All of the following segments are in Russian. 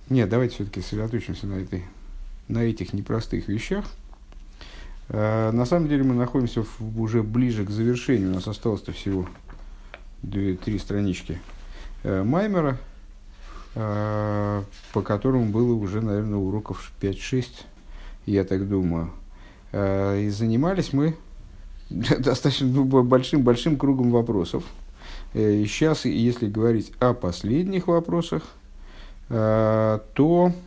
Нет, давайте все-таки сосредоточимся на этих непростых вещах. На самом деле мы находимся уже ближе к завершению. У нас осталось-то всего 2-3 странички Маймера, по которому было уже, наверное, уроков 5-6, я так думаю. И занимались мы достаточно большим кругом вопросов. И сейчас, если говорить о последних вопросах, то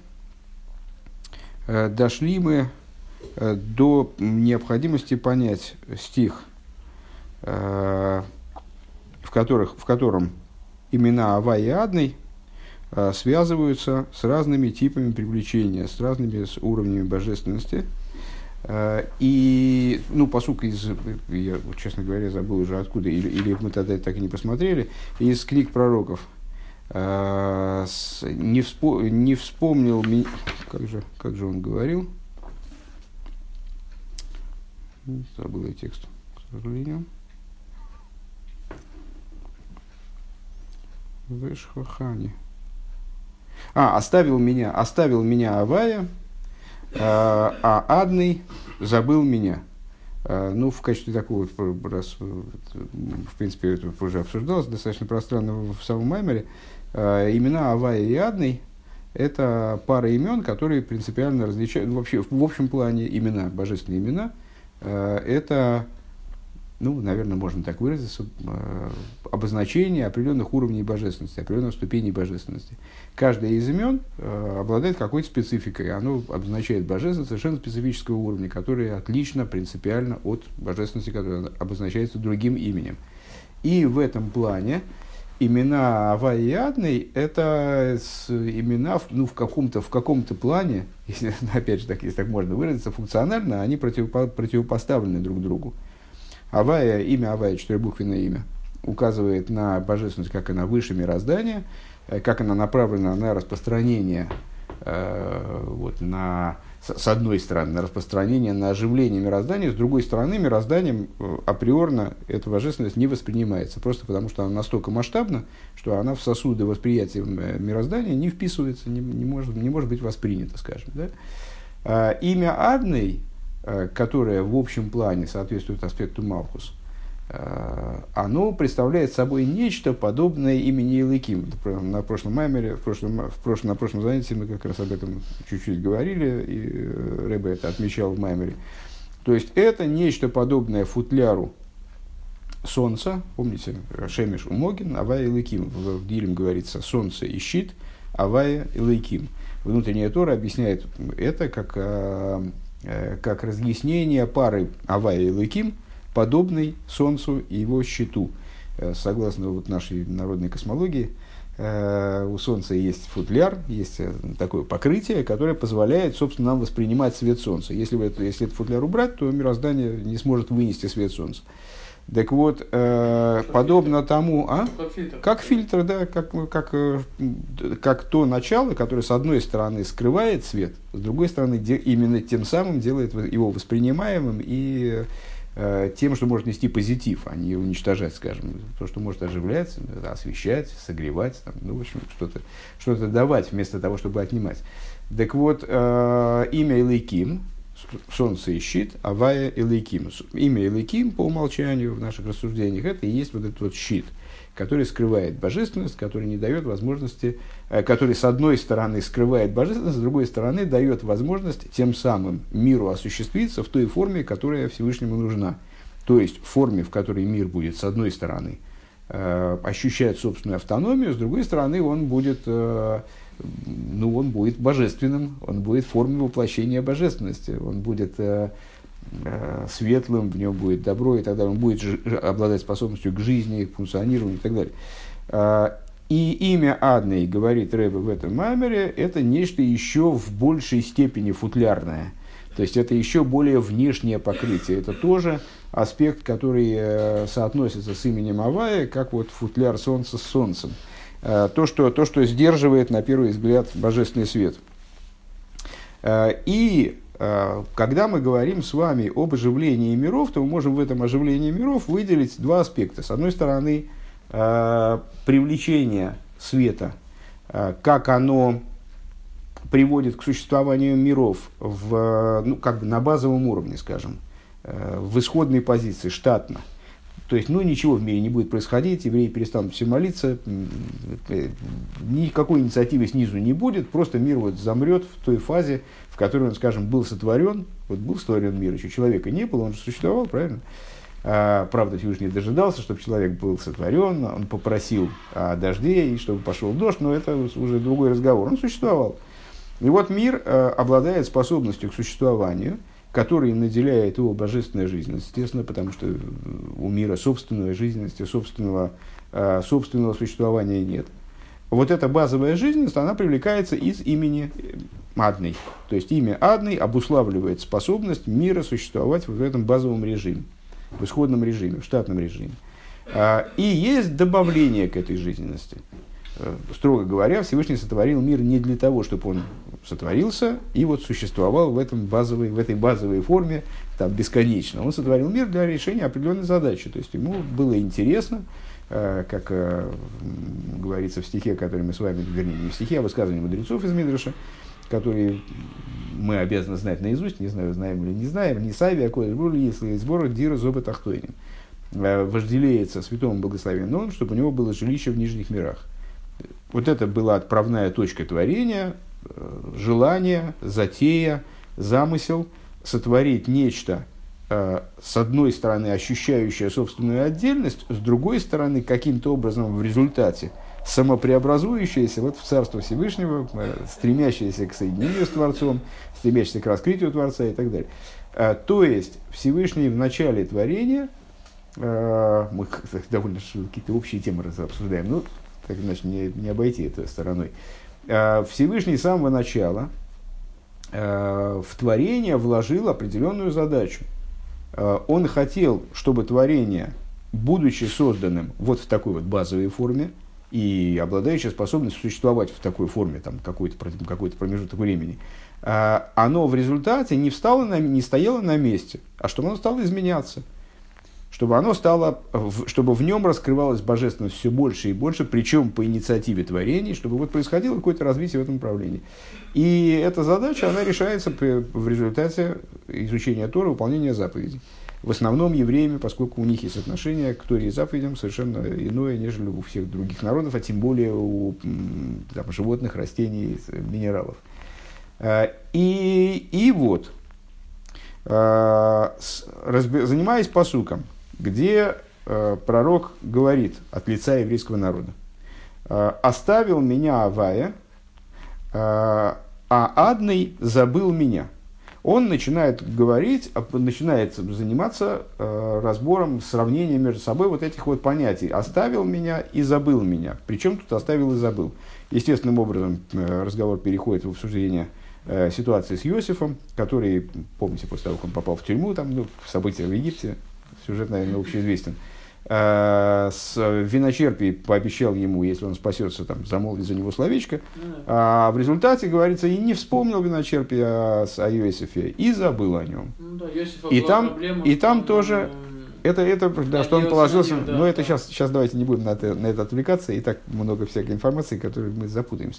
дошли мы до необходимости понять стих, в котором имена Авай и Адной связываются с разными типами привлечения, с разными уровнями божественности. И, поскольку я, честно говоря, забыл уже откуда, или мы тогда так и не посмотрели, из книг пророков, не вспомнил, как же он говорил, забыл я текст, к сожалению. Вешхахани. Оставил меня Авая, а Адный забыл меня. В качестве такого, раз, в принципе, это уже обсуждалось достаточно пространно в самом Маймере, имена Авая и Адный – это пара имен, которые принципиально различают, вообще, в общем плане имена, божественные имена, это, наверное, можно так выразиться, обозначение определенных уровней божественности, определенных ступеней божественности. Каждое из имен обладает какой-то спецификой. Оно обозначает божественность совершенно специфического уровня, который отлично, принципиально от божественности, которая обозначается другим именем. И в этом плане имена Авай и Адной – это имена, в каком-то плане, если, опять же, если так можно выразиться, функционально, они противопоставлены друг другу. Авая, имя Авая, четырехбуквенное имя, указывает на божественность, как она выше мироздания, как она направлена на распространение, с одной стороны, на распространение, на оживление мироздания, с другой стороны, мирозданием априорно эта божественность не воспринимается, просто потому что она настолько масштабна, что она в сосуды восприятия мироздания не вписывается, не может быть воспринята, скажем. Да? Имя Адной, которое в общем плане соответствует аспекту Малхус, оно представляет собой нечто подобное имени Элоким. На прошлом маймере, на прошлом занятии мы как раз об этом чуть-чуть говорили, и Ребе это отмечал в маймере. То есть это нечто подобное футляру солнца. Помните, Шемеш Умогин, Авая Элоким. В Дилем говорится солнце и щит, Авая Элоким. Внутренняя Тора объясняет это как разъяснение пары Авая и Элоким, подобный Солнцу и его щиту. Согласно нашей народной космологии, у Солнца есть футляр, есть такое покрытие, которое позволяет, собственно, нам воспринимать свет Солнца. Если этот футляр убрать, то мироздание не сможет вынести свет Солнца. Так вот, подобно тому... Как фильтр, да, как то начало, которое с одной стороны скрывает свет, с другой стороны именно тем самым делает его воспринимаемым и тем, что может нести позитив, а не уничтожать, скажем, то, что может оживлять, освещать, согревать, в общем, что-то давать вместо того, чтобы отнимать. Так вот, имя Элоким, солнце и щит, Авая Элоким. Имя Элоким по умолчанию в наших рассуждениях это и есть вот этот вот щит, который скрывает божественность, который не дает возможности, который с одной стороны скрывает божественность, с другой стороны дает возможность тем самым миру осуществиться в той форме, которая Всевышнему нужна. То есть в форме, в которой мир будет с одной стороны ощущать собственную автономию, с другой стороны он будет божественным, он будет в форме воплощения божественности, он будет светлым, в нем будет добро и так далее, он будет обладать способностью к жизни, к функционированию и так далее. И имя Адной, говорит Ребе в этом маймере, это нечто еще в большей степени футлярное. То есть это еще более внешнее покрытие. Это тоже аспект, который соотносится с именем Авая, как вот футляр солнца с солнцем. То, что сдерживает, на первый взгляд, божественный свет. И когда мы говорим с вами об оживлении миров, то мы можем в этом оживлении миров выделить два аспекта. С одной стороны, привлечение света, как оно приводит к существованию миров на базовом уровне, скажем, в исходной позиции, штатно. То есть, ничего в мире не будет происходить, евреи перестанут все молиться, никакой инициативы снизу не будет, просто мир замрет в той фазе, в которой он, скажем, был сотворен. Был сотворен мир, еще человека не было, он же существовал, правильно? Правда, Всевышний дожидался, чтобы человек был сотворен, он попросил о дожде, и чтобы пошел дождь, но это уже другой разговор. Он существовал. И вот мир обладает способностью к существованию, который наделяет его божественной жизненностью, естественно, потому что у мира собственной жизненности, собственного существования нет. Вот эта базовая жизненность, она привлекается из имени Адный. То есть имя Адный обуславливает способность мира существовать в этом базовом режиме, в исходном режиме, в штатном режиме. И есть добавление к этой жизненности. Строго говоря, Всевышний сотворил мир не для того, чтобы он сотворился и существовал в этой базовой форме бесконечно. Он сотворил мир для решения определенной задачи. То есть ему было интересно, как говорится в стихе, который мы с вами, вернее, не в стихе, а в высказывании мудрецов из Мидраша, которые мы обязаны знать наизусть, не знаю, знаем или не знаем, не сайви, а кодыш брули, если сбор дира зоба тахтойним. Вожделеется святому благословенному, чтобы у него было жилище в нижних мирах. Вот это была отправная точка творения, желание, затея, замысел сотворить нечто, с одной стороны, ощущающее собственную отдельность, с другой стороны, каким-то образом в результате самопреобразующееся в Царство Всевышнего, стремящееся к соединению с Творцом, стремящееся к раскрытию Творца и так далее. То есть, Всевышний в начале творения, мы довольно какие-то общие темы обсуждаем, но так иначе не обойти это стороной. Всевышний с самого начала в творение вложил определенную задачу. Он хотел, чтобы творение, будучи созданным в такой базовой форме и обладающее способностью существовать в такой форме, какой-то промежуток времени, оно в результате не стояло на месте, а чтобы оно стало изменяться. Чтобы в нем раскрывалась божественность все больше и больше, причем по инициативе творений, чтобы происходило какое-то развитие в этом направлении. И эта задача, она решается в результате изучения Торы, выполнения заповедей. В основном евреями, поскольку у них есть отношение к Торе и заповедям совершенно иное, нежели у всех других народов, а тем более у животных, растений, минералов. Занимаясь пасуком, где пророк говорит от лица еврейского народа: «Оставил меня Авая, а Адный забыл меня». Он начинает говорить, начинает заниматься разбором, сравнением между собой этих понятий. «Оставил меня» и «забыл меня». Причем тут «оставил» и «забыл». Естественным образом разговор переходит в обсуждение ситуации с Иосифом, который, помните, после того, как он попал в тюрьму, события в Египте, сюжет, наверное, общеизвестен, с виночерпий пообещал ему, если он спасется, замолвить за него словечко, а в результате, говорится, и не вспомнил виночерпий о Иосифе, и забыл о нем. И там тоже, что он положился, но это сейчас давайте не будем на это отвлекаться, и так много всякой информации, которой мы запутаемся.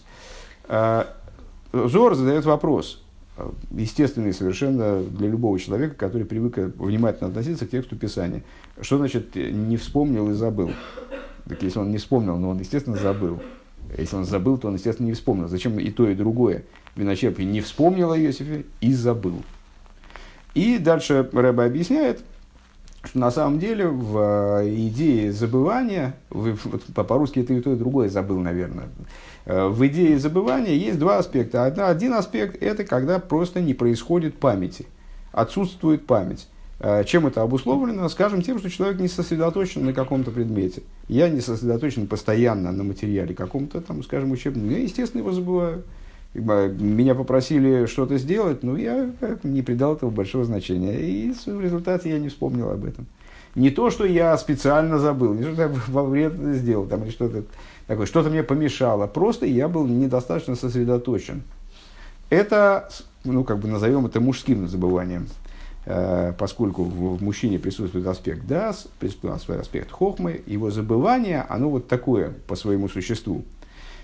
Зоар задает вопрос, естественный совершенно для любого человека, который привык внимательно относиться к тексту Писания. Что значит «не вспомнил и забыл»? Так если он не вспомнил, но он, естественно, забыл. Если он забыл, то он, естественно, не вспомнил. Зачем и то, и другое? Виночерпий не вспомнил о Иосифе и забыл. И дальше Рэбе объясняет, что на самом деле в идее забывания, по-русски это и то, и другое забыл, наверное, в идее забывания есть два аспекта. Один аспект – это когда просто не происходит памяти, отсутствует память. Чем это обусловлено? Скажем, тем, что человек не сосредоточен на каком-то предмете. Я не сосредоточен постоянно на материале каком-то, скажем, учебном. Я, естественно, его забываю. Меня попросили что-то сделать, но я не придал этого большого значения. И в результате я не вспомнил об этом. Не то, что я специально забыл, не то, что я во вред сделал, или что-то такое, что-то мне помешало. Просто я был недостаточно сосредоточен. Это, назовем это мужским забыванием, поскольку в мужчине присутствует аспект дас, присутствует аспект хохмы, его забывание, оно такое по своему существу.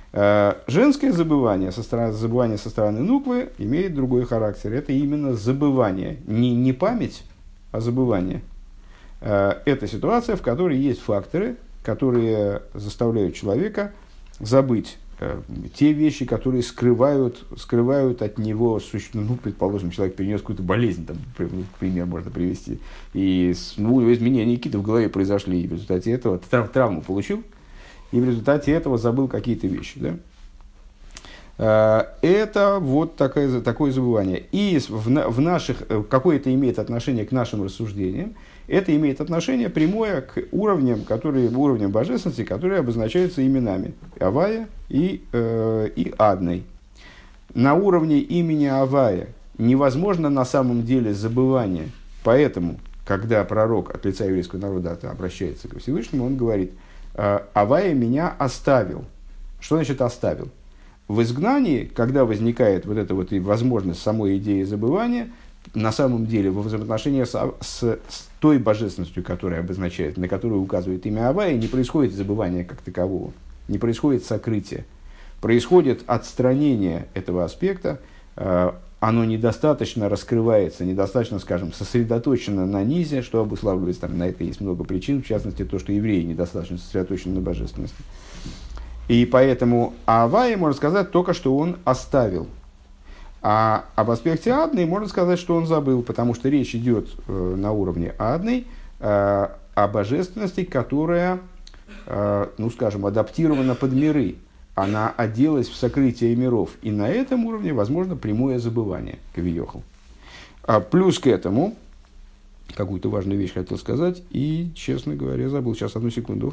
Женское забывание забывание со стороны нуквы имеет другой характер. Это именно забывание. Не память, а забывание. Это ситуация, в которой есть факторы, которые заставляют человека забыть те вещи, которые скрывают от него, предположим, человек перенес какую-то болезнь, там, пример можно привести, и изменения какие-то в голове произошли, и в результате этого травму получил, и в результате этого забыл какие-то вещи. Да? Это вот такое забывание. И в наших, какое это имеет отношение к нашим рассуждениям, это имеет отношение прямое к уровням божественности, которые обозначаются именами Авая и Адной. На уровне имени Авая невозможно на самом деле забывание. Поэтому, когда пророк от лица еврейского народа обращается к Всевышнему, он говорит: «Авая меня оставил». Что значит «оставил»? В изгнании, когда возникает вот эта вот и возможность самой идеи забывания, на самом деле во взаимоотношениях с той божественностью, которая обозначает, на которую указывает имя Авая, не происходит забывание как такового, не происходит сокрытие. Происходит отстранение этого аспекта, оно недостаточно раскрывается, недостаточно, скажем, сосредоточено на низе, что обуславливается, там, на это есть много причин, в частности, то, что евреи недостаточно сосредоточены на божественности. И поэтому Авая, можно сказать, только что он оставил. А об аспекте Адной можно сказать, что он забыл, потому что речь идет на уровне Адной о божественности, которая, скажем, адаптирована под миры. Она оделась в сокрытие миров. И на этом уровне возможно прямое забывание, кавиохал. Плюс к этому, какую-то важную вещь хотел сказать, и, честно говоря, забыл. Сейчас, одну секунду.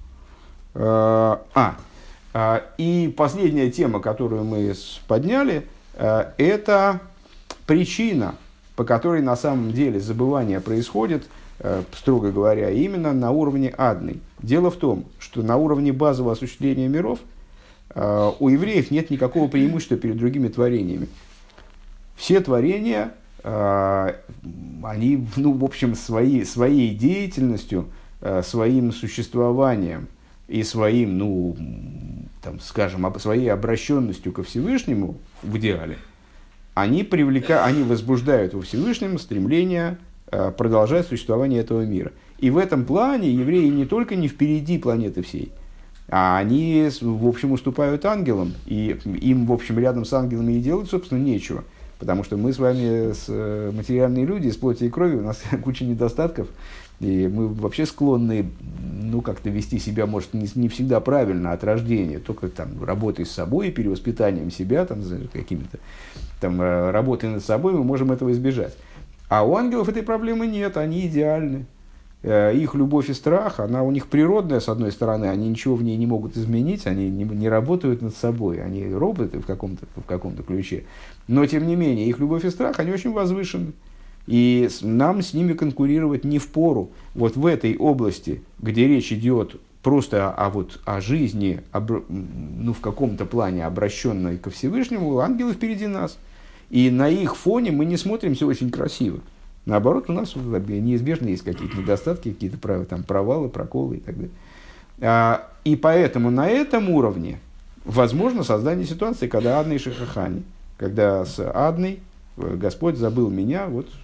И последняя тема, которую мы подняли, это причина, по которой на самом деле забывание происходит, строго говоря, именно на уровне адной. Дело в том, что на уровне базового осуществления миров у евреев нет никакого преимущества перед другими творениями. Все творения, они, в общем, своей деятельностью, своим существованием и своим, своей обращенностью ко Всевышнему в идеале, они возбуждают во Всевышнем стремление продолжать существование этого мира. И в этом плане евреи не только не впереди планеты всей, а они, в общем, уступают ангелам, и им, в общем, рядом с ангелами и делать, собственно, нечего. Потому что мы с вами материальные люди, из плоти и крови, у нас куча недостатков, и мы вообще склонны, как-то вести себя, может, не всегда правильно от рождения, только там работой с собой, перевоспитанием себя, какими-то работой над собой мы можем этого избежать. А у ангелов этой проблемы нет, они идеальны. Их любовь и страх, она у них природная, с одной стороны, они ничего в ней не могут изменить, они не работают над собой, они роботы в каком-то ключе. Но, тем не менее, их любовь и страх, они очень возвышены. И нам с ними конкурировать не впору. Вот в этой области, где речь идет просто о жизни, в каком-то плане обращенной ко Всевышнему, ангелы впереди нас. И на их фоне мы не смотримся очень красиво. Наоборот, у нас неизбежно есть какие-то недостатки, какие-то провалы, проколы и так далее. И поэтому на этом уровне возможно создание ситуации, когда Адной Шехахани, когда с Адной Господь забыл меня.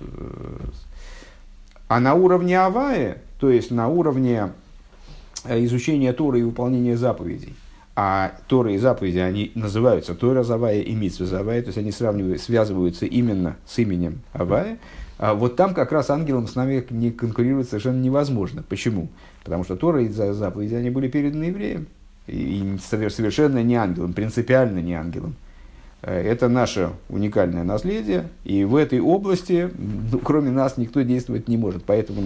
А на уровне Авая, то есть на уровне изучения Торы и выполнения заповедей, а Тора и заповеди, они называются Тора Завая и Мицва Завая, то есть они связываются именно с именем Авая. Вот там как раз ангелам с нами не конкурировать совершенно невозможно. Почему? Потому что Тора и заповеди, они были переданы евреям. И совершенно не ангелам, принципиально не ангелам. Это наше уникальное наследие. И в этой области, кроме нас, никто действовать не может. Поэтому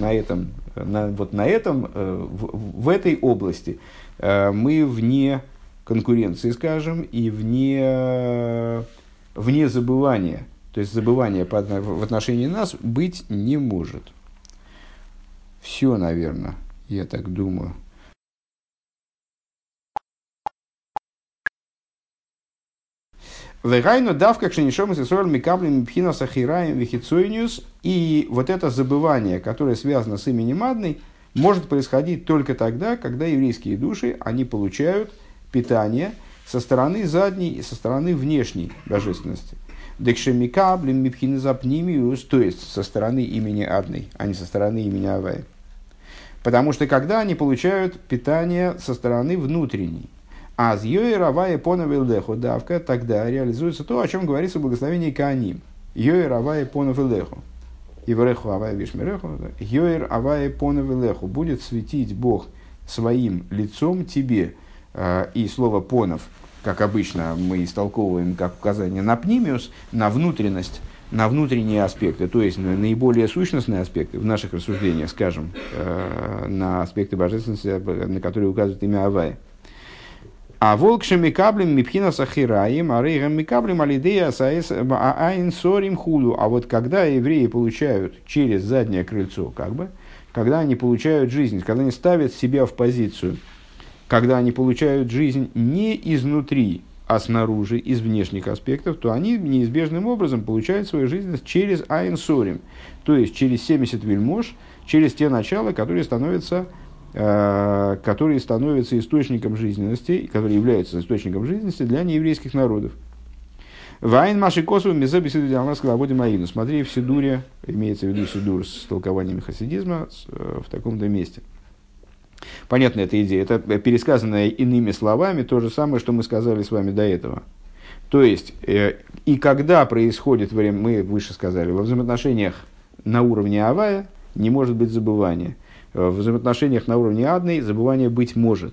в этой области мы вне конкуренции, скажем, и вне забывания. То есть забывания в отношении нас быть не может. Все, наверное, я так думаю. Вегайну давка кшенишом с Исроэлем микаблем пхина сахираем вихицойниус. И вот это забывание, которое связано с именем Адной, может происходить только тогда, когда еврейские души, они получают питание со стороны задней и со стороны внешней божественности. Декшемикаблем мипхинезапнимиус, то есть со стороны имени Адной, а не со стороны имени Авая. Потому что когда они получают питание со стороны внутренней, а с Йоэр Авая понавилдеху давка, тогда реализуется то, о чем говорится в благословении Кааним. Йоэр Авая понавилдеху. Ивреху Авая вишмереху. Йоэр Авая понавилдеху. Будет светить Бог своим лицом тебе. И слово понов, как обычно мы истолковываем как указание на пнимиус, на внутренность, на внутренние аспекты, то есть на наиболее сущностные аспекты в наших рассуждениях, скажем, на аспекты божественности, на которые указывает имя Авая. А волкшим микаблем мипхина сахираим, а рейгам микаблем алидея аинсорим худу. А вот когда евреи получают через заднее крыльцо, как бы, когда они получают жизнь, когда они ставят себя в позицию, когда они получают жизнь не изнутри, а снаружи, из внешних аспектов, то они неизбежным образом получают свою жизненность через аинсорим, то есть через 70 вельмож, через те начала, которые становятся источником жизненности, которые являются источником жизненности для нееврейских народов. Вайн маши косу мезе беседу диалмарского ободим аину. Смотри в Сидуре, имеется в виду Сидур с толкованием хасидизма в таком-то месте. Понятна эта идея. Это пересказанное иными словами то же самое, что мы сказали с вами до этого. То есть, и когда происходит время, мы выше сказали, во взаимоотношениях на уровне Авая не может быть забывания. В взаимоотношениях на уровне Адной забывание быть может.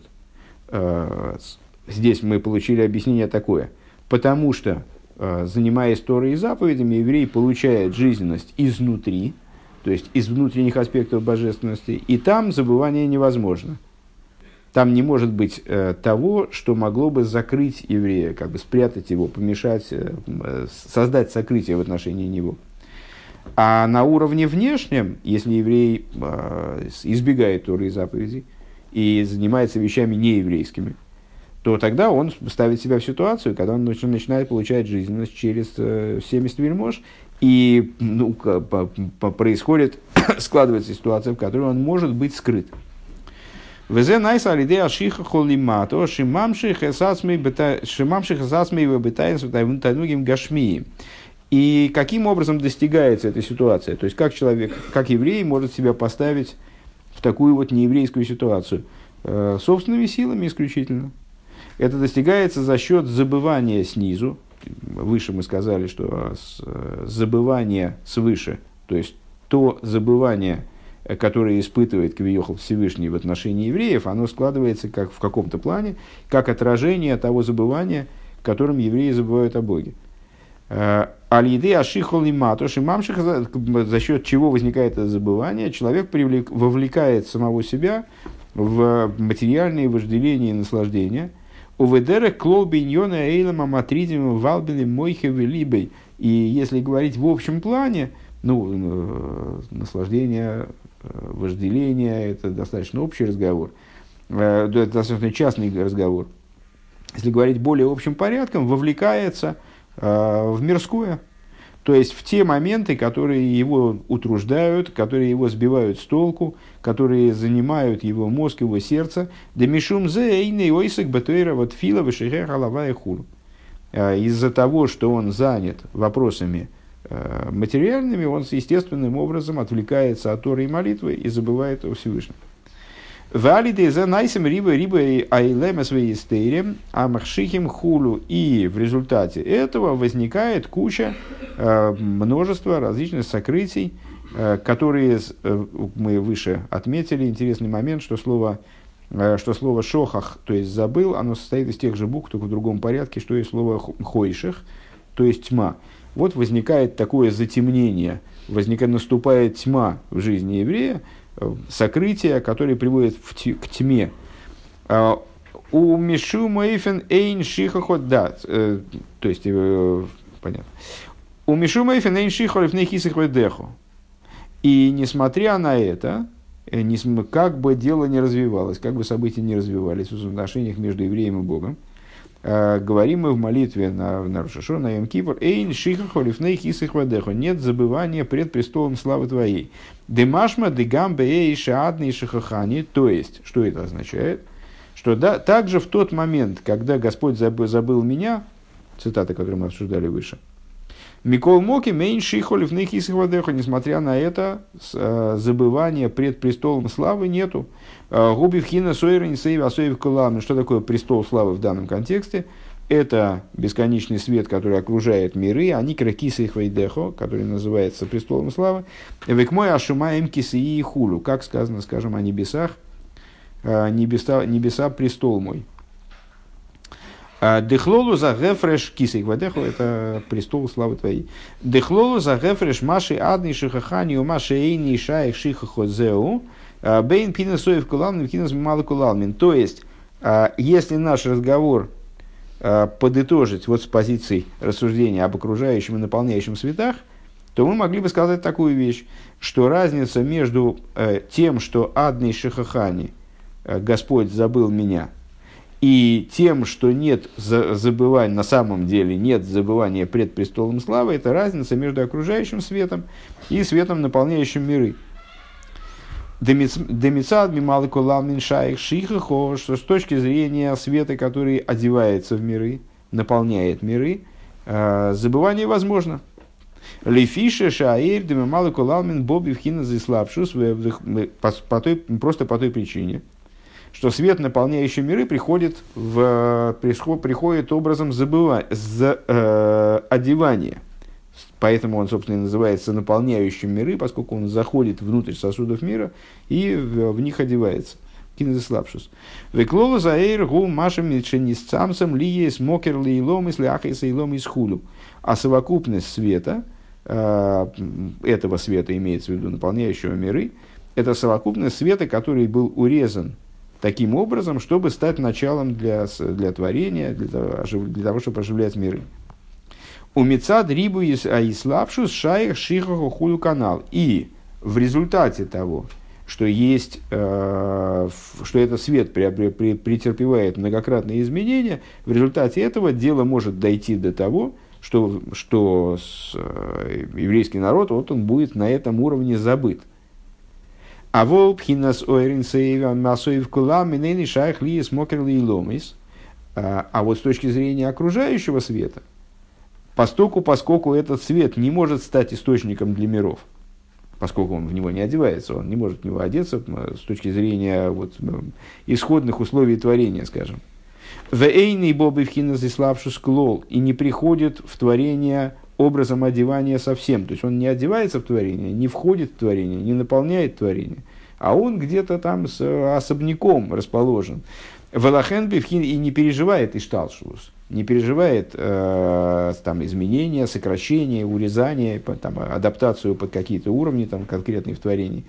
Здесь мы получили объяснение такое. Потому что, занимаясь Торой и заповедями, еврей получает жизненность изнутри, то есть из внутренних аспектов божественности, и там забывание невозможно. Там не может быть того, что могло бы закрыть еврея, как бы спрятать его, помешать, создать сокрытие в отношении него. А на уровне внешнем, если еврей избегает Торы и заповедей и занимается вещами нееврейскими, то тогда он ставит себя в ситуацию, когда он начинает получать жизненность через 70 вельмож, и происходит, складывается ситуация, в которой он может быть скрыт. Везе найса алидея ашиха холимато шимамших эсасмей вебетаин святайвун танугим гашмии. И каким образом достигается эта ситуация? То есть, как человек, как еврей может себя поставить в такую вот нееврейскую ситуацию? Собственными силами исключительно. Это достигается за счет забывания снизу. Выше мы сказали, что забывание свыше, то есть то забывание, которое испытывает Квиохл Всевышний в отношении евреев, оно складывается как в каком-то плане, как отражение того забывания, которым евреи забывают о Боге. Аль-Еды Ашихол и Матош и Мамших, за счет чего возникает это забывание, человек вовлекает самого себя в материальные вожделения и наслаждения. Уведера клол биньона эйлама матридим валбили мойхевы либей. И если говорить в общем плане, наслаждение, вожделение – это достаточно общий разговор, это достаточно частный разговор. Если говорить более общим порядком, вовлекается в мирское, то есть в те моменты, которые его утруждают, которые его сбивают с толку, которые занимают его мозг, его сердце. Из-за того, что он занят вопросами материальными, он естественным образом отвлекается от Торы и молитвы и забывает о Всевышнем. И в результате этого возникает куча, множество различных сокрытий, которые мы выше отметили. Интересный момент, что слово «шохах», то есть «забыл», оно состоит из тех же букв, только в другом порядке, что и слово «хойших», то есть «тьма». Вот возникает такое затемнение, наступает тьма в жизни еврея, сокрытие, которое приводит к тьме. У Мишу Мейфен Эйн Шихохот, да, то есть, понятно. У Мишу Мейфен Эйн Шихохот Нехисых Ведеху. И несмотря на это, как бы дело не развивалось, как бы события не развивались в отношениях между евреем и Богом, говорим мы в молитве на Рош ха-Шана, на Йом Кипур, «Эйн шихахо лифней хисых вадехо», нет забывания пред престолом славы твоей. «Демашма дегам беэй шаадный шихахани», то есть, что это означает? что также в тот момент, когда Господь забыл меня, цитата, которую мы обсуждали выше, Микол Моки меньше холев нехисихвадеха, несмотря на это, забывания пред престолом славы нету. Губи вхина сойрен сейв асоев кулам. Что такое престол славы в данном контексте? Это бесконечный свет, который окружает миры, а никра кисихвайдехо, который называется престолом славы. Векмой ашумаем кисии хулю, как сказано, скажем, о небесах, небеса престол мой. Дехлолу за гефреш кисик вадеху, это престол славы твоей. Дехлолу за гефреш маши адни шихахани у маши эйни шаих шихахозеу бейн пинасоев кулалмин пинас мало кулалмин. То есть, если наш разговор подытожить вот с позицией рассуждения об окружающем и наполняющем светах, то мы могли бы сказать такую вещь, что разница между тем, что адни шихахани, Господь забыл меня, и тем, что нет забывания, на самом деле нет забывания пред престолом славы, это разница между окружающим светом и светом, наполняющим миры. Демицад мималы кулам шаих шихахо, что с точки зрения света, который одевается в миры, наполняет миры, забывание возможно. Лефише шаир демималы кулам боби вхина зиславшус, просто по той причине, что свет, наполняющий миры, приходит образом одевания. Поэтому он, собственно, и называется наполняющим миры, поскольку он заходит внутрь сосудов мира и в них одевается. Кинезислапшус. Веклола заэйр гу машем митшенисцамсом лиес мокер лейлом из ляхайса илом из хулю. А совокупность света, этого света имеется в виду наполняющего миры, это совокупность света, который был урезан таким образом, чтобы стать началом для творения, для того, чтобы оживлять миры. У Мецад рибу аиславшус шаих шихаху хулю канал. И в результате того, что есть, что этот свет претерпевает многократные изменения, в результате этого дело может дойти до того, что еврейский народ, вот он будет на этом уровне забыт. А вот вот с точки зрения окружающего света, поскольку этот свет не может стать источником для миров, поскольку он в него не одевается, он не может в него одеться с точки зрения исходных условий творения, скажем. И не приходит в творение образом одевания совсем. То есть он не одевается в творение, не входит в творение, не наполняет творение, а он где-то там особняком расположен. И не переживает ишталшус, не переживает изменения, сокращения, урезания, адаптацию под какие-то уровни конкретные в творении.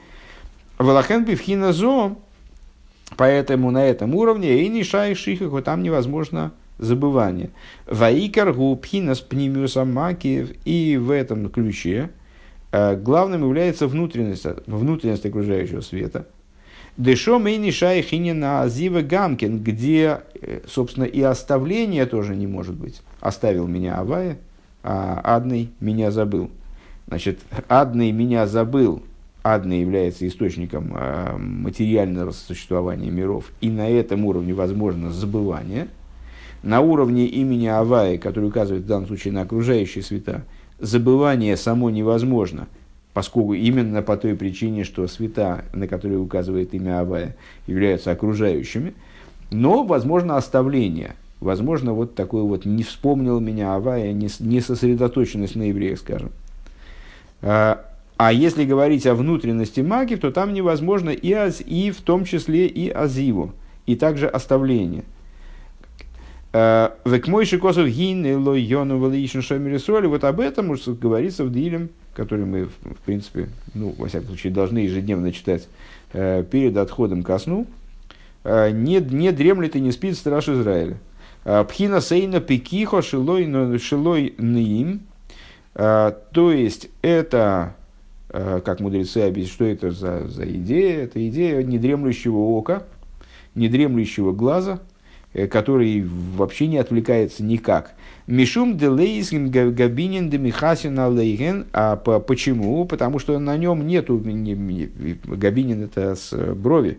Поэтому на этом уровне и там невозможно забывание. Ваикар гупхинас пнимиусам макиев, и в этом ключе главным является внутренность окружающего света. Дешо мейни шайхини на азива гамкин, где, собственно, и оставление тоже не может быть. Оставил меня Авая, а Адный меня забыл. Значит, Адный меня забыл. Адный является источником материального существования миров, и на этом уровне возможно забывание. На уровне имени Авая, который указывает в данном случае на окружающие света, забывание само невозможно, поскольку именно по той причине, что света, на которые указывает имя Авая, являются окружающими, но возможно оставление, возможно вот такое вот не вспомнил меня Авая, не сосредоточенность на евреях, скажем. А если говорить о внутренности магии, то там невозможно и в том числе и азиву, и также оставление. Вот об этом говорится в Дилем, который мы, в принципе, во всяком случае, должны ежедневно читать перед отходом ко сну. Не дремлет и не спит страж Израиля. Пхина сейна пекихо шилой ниим. То есть, это, как мудрецы объясняют, что это за идея? Это идея недремлющего ока, недремлющего глаза, который вообще не отвлекается никак. Мишум делейсгим габинин демихасин алейген. А почему? Потому что на нем нету, габинин это с брови,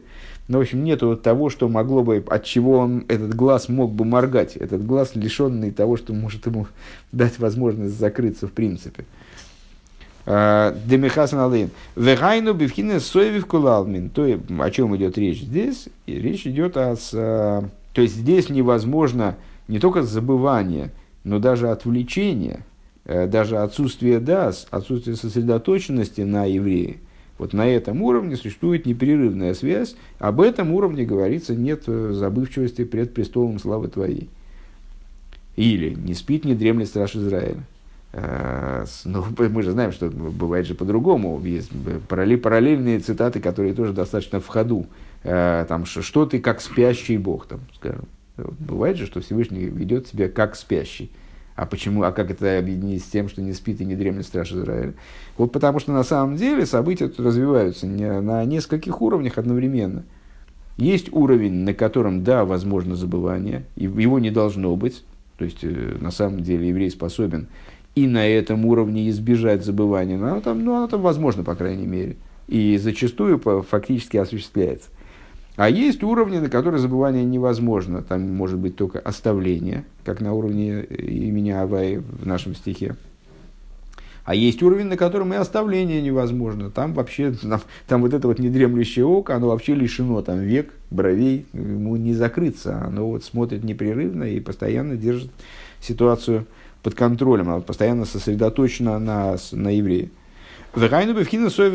Ну, в общем, нету того, что могло бы, от чего этот глаз мог бы моргать. Этот глаз, лишенный того, что может ему дать возможность закрыться в принципе. Демихасан алейн. Вегайну бифхина соевив кулалмин. То, о чем идет речь здесь? И речь идет о... То есть, здесь невозможно не только забывание, но даже отвлечение, даже отсутствие дас, отсутствие сосредоточенности на еврее. Вот на этом уровне существует непрерывная связь. Об этом уровне говорится: нет забывчивости пред престолом славы твоей. Или не спит, не дремлет страж Израиля. Ну, мы же знаем, что бывает же по-другому. Есть параллельные цитаты, которые тоже достаточно в ходу. Там, что ты как спящий Бог, там, скажем. Бывает же, что Всевышний ведет себя как спящий. А почему? А как это объединить с тем, что не спит и не дремлет страж Израиля? Вот потому что на самом деле события тут развиваются на нескольких уровнях одновременно. Есть уровень, на котором, да, возможно забывание, его не должно быть. То есть, на самом деле, еврей способен и на этом уровне избежать забывания. Но оно там возможно, по крайней мере. И зачастую фактически осуществляется. А есть уровни, на которые забывание невозможно. Там может быть только оставление, как на уровне имени Авай в нашем стихе. А есть уровень, на котором и оставление невозможно. Там вообще, там вот это вот недремлющее око, оно вообще лишено там век, бровей, ему не закрыться. Оно вот смотрит непрерывно и постоянно держит ситуацию под контролем, оно постоянно сосредоточено на еврея. То есть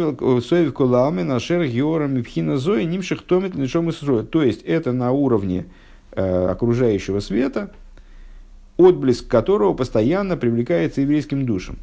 это на уровне окружающего света, отблеск которого постоянно привлекается еврейским душам.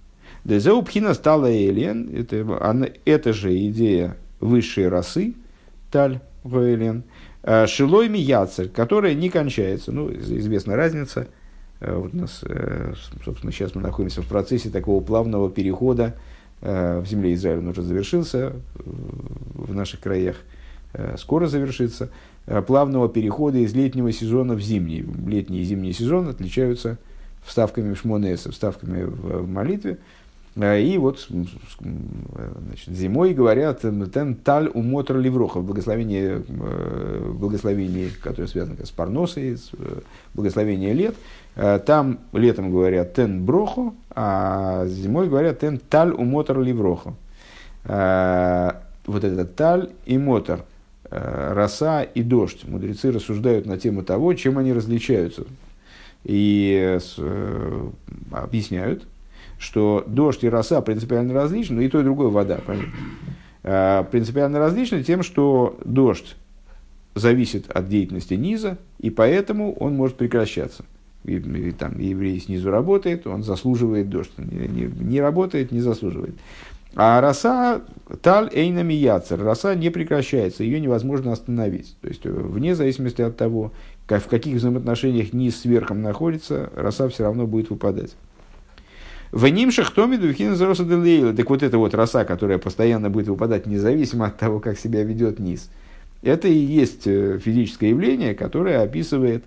Это же идея высшей расы, таль вэлен, шилойми яцер, которая не кончается. Ну, известна разница. Вот у нас, собственно, сейчас мы находимся в процессе такого плавного перехода. В земле Израиля он уже завершился, в наших краях скоро завершится, плавного перехода из летнего сезона в зимний. Летний и зимний сезон отличаются вставками в Шмон-Эсер, вставками в молитве. И вот, значит, зимой говорят «тен таль умотр ливроха», благословение, которое связано с парносой, благословение лет. Там летом говорят «тен брохо», а зимой говорят «тен таль умотр ливроха». Вот это таль и мотор, роса и дождь. Мудрецы рассуждают на тему того, чем они различаются. И объясняют, что дождь и роса принципиально различны, но и то, и другое вода, понятно. Принципиально различны тем, что дождь зависит от деятельности низа, и поэтому он может прекращаться. И там еврей снизу работает, он заслуживает дождь. Не работает, не заслуживает. А роса, таль эйнами яцер, роса не прекращается, ее невозможно остановить. То есть, вне зависимости от того, в каких взаимоотношениях низ с верхом находится, роса все равно будет выпадать. В нимшах томи духина зароса делейла. Так вот эта вот роса, которая постоянно будет выпадать независимо от того, как себя ведет низ, это и есть физическое явление, которое описывает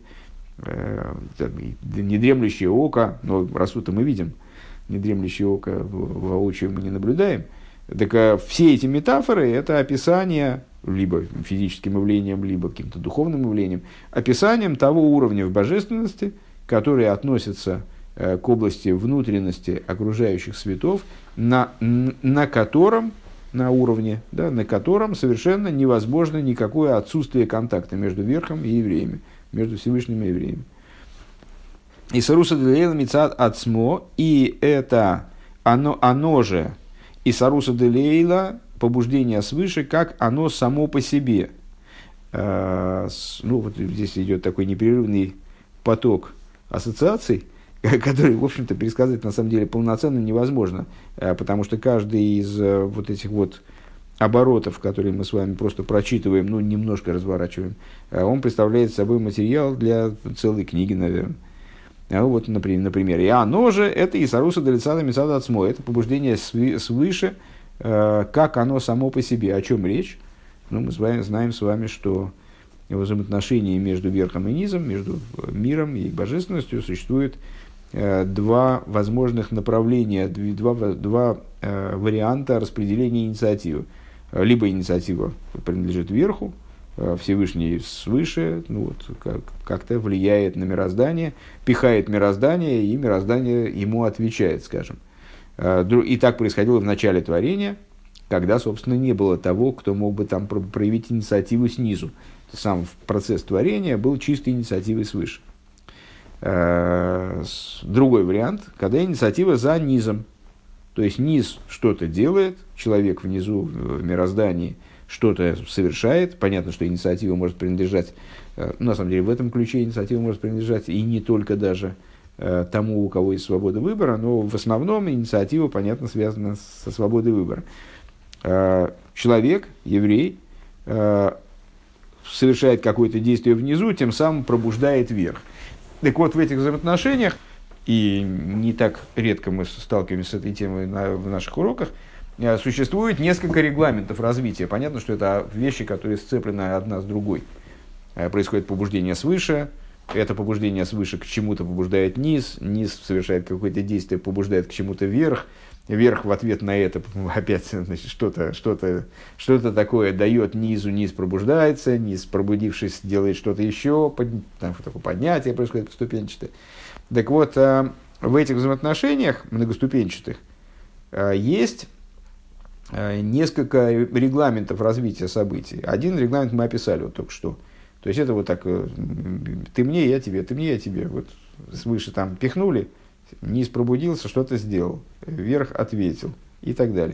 недремлющее око. Но росу-то мы видим, недремлющее око воочию мы не наблюдаем. Так все эти метафоры – это описание либо физическим явлением, либо каким-то духовным явлением, описанием того уровня в божественности, который относится к области внутренности окружающих светов, на котором, на уровне, да, на котором совершенно невозможно никакое отсутствие контакта между верхом и евреями, между Всевышними и евреями. И саруса делейла мицад ацмо, и это оно же, и саруса делейла, побуждение свыше, как оно само по себе. Ну, вот здесь идет такой непрерывный поток ассоциаций, который, в общем-то, пересказать на самом деле полноценно невозможно, потому что каждый из вот этих вот оборотов, которые мы с вами просто прочитываем, ну, немножко разворачиваем, он представляет собой материал для целой книги, наверное. Вот, например, и оно же, это Исаруса Далицада Мисада Ацмо, это побуждение свыше, как оно само по себе. О чем речь? Ну, мы знаем с вами, что в взаимоотношении между верхом и низом, между миром и божественностью существует два возможных направления, два варианта распределения инициативы. Либо инициатива принадлежит верху, Всевышний свыше, ну, вот, как-то влияет на мироздание, пихает мироздание, и мироздание ему отвечает, скажем. И так происходило в начале творения, когда, собственно, не было того, кто мог бы там проявить инициативу снизу. Сам процесс творения был чистой инициативой свыше. Другой вариант, когда инициатива за низом. То есть низ что-то делает, человек внизу в мироздании что-то совершает. Понятно, что инициатива может принадлежать, на самом деле в этом ключе инициатива может принадлежать и не только даже тому, у кого есть свобода выбора, но в основном инициатива, понятно, связана со свободой выбора. Человек, еврей, совершает какое-то действие внизу, тем самым пробуждает верх. Так вот, в этих взаимоотношениях, и не так редко мы сталкиваемся с этой темой в наших уроках, существует несколько регламентов развития. Понятно, что это вещи, которые сцеплены одна с другой. Происходит побуждение свыше, это побуждение свыше к чему-то побуждает низ, низ совершает какое-то действие, побуждает к чему-то вверх, вверх в ответ на это опять, значит, что-то такое дает низу, низ пробуждается, низ, пробудившись, делает что-то еще, там такое поднятие происходит поступенчатое. Так вот, в этих взаимоотношениях многоступенчатых есть несколько регламентов развития событий. Один регламент мы описали вот только что. То есть это вот так, ты мне, я тебе, ты мне, я тебе. Вот свыше там пихнули, низ пробудился, что-то сделал, вверх ответил и так далее.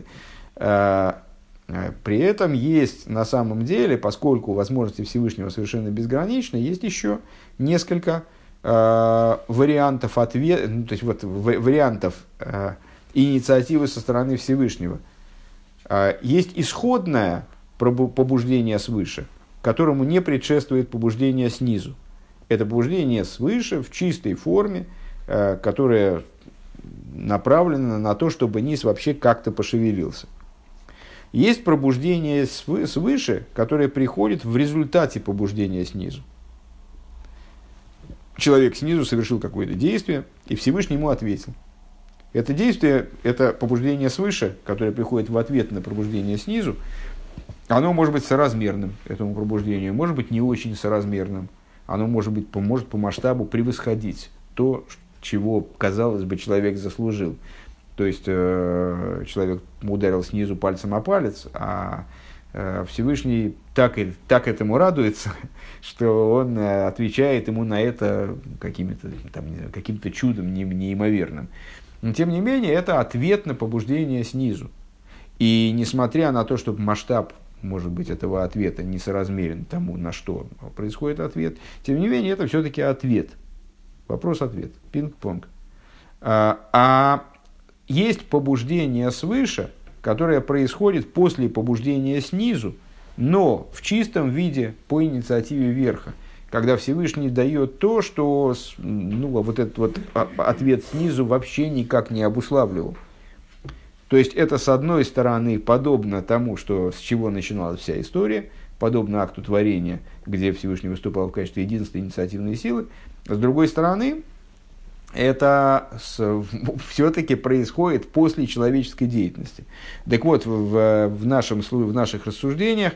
При этом есть на самом деле, поскольку возможности Всевышнего совершенно безграничны, есть еще несколько вариантов ответа, ну, то есть вот, вариантов инициативы со стороны Всевышнего. Есть исходное побуждение свыше, которому не предшествует побуждение снизу. Это побуждение свыше в чистой форме, которое направлено на то, чтобы низ вообще как-то пошевелился. Есть пробуждение свыше, которое приходит в результате побуждения снизу. Человек снизу совершил какое-то действие, и Всевышний ему ответил. Это действие, это побуждение свыше, которое приходит в ответ на пробуждение снизу, оно может быть соразмерным этому пробуждению, может быть не очень соразмерным. Оно может по масштабу превосходить то, чего, казалось бы, человек заслужил. То есть, человек ударил снизу пальцем о палец, а Всевышний так этому радуется, что он отвечает ему на это каким-то чудом неимоверным. Но, тем не менее, это ответ на побуждение снизу. И несмотря на то, что масштаб, может быть, этого ответа несоразмерен тому, на что происходит ответ, тем не менее, это все-таки ответ. Вопрос-ответ. Пинг-понг. А есть побуждение свыше, которое происходит после побуждения снизу, но в чистом виде по инициативе верха. Когда Всевышний дает то, что вот этот вот ответ снизу вообще никак не обуславливал. То есть это, с одной стороны, подобно тому, с чего начиналась вся история, подобно акту творения, где Всевышний выступал в качестве единственной инициативной силы. С другой стороны, это все-таки происходит после человеческой деятельности. Так вот, в наших рассуждениях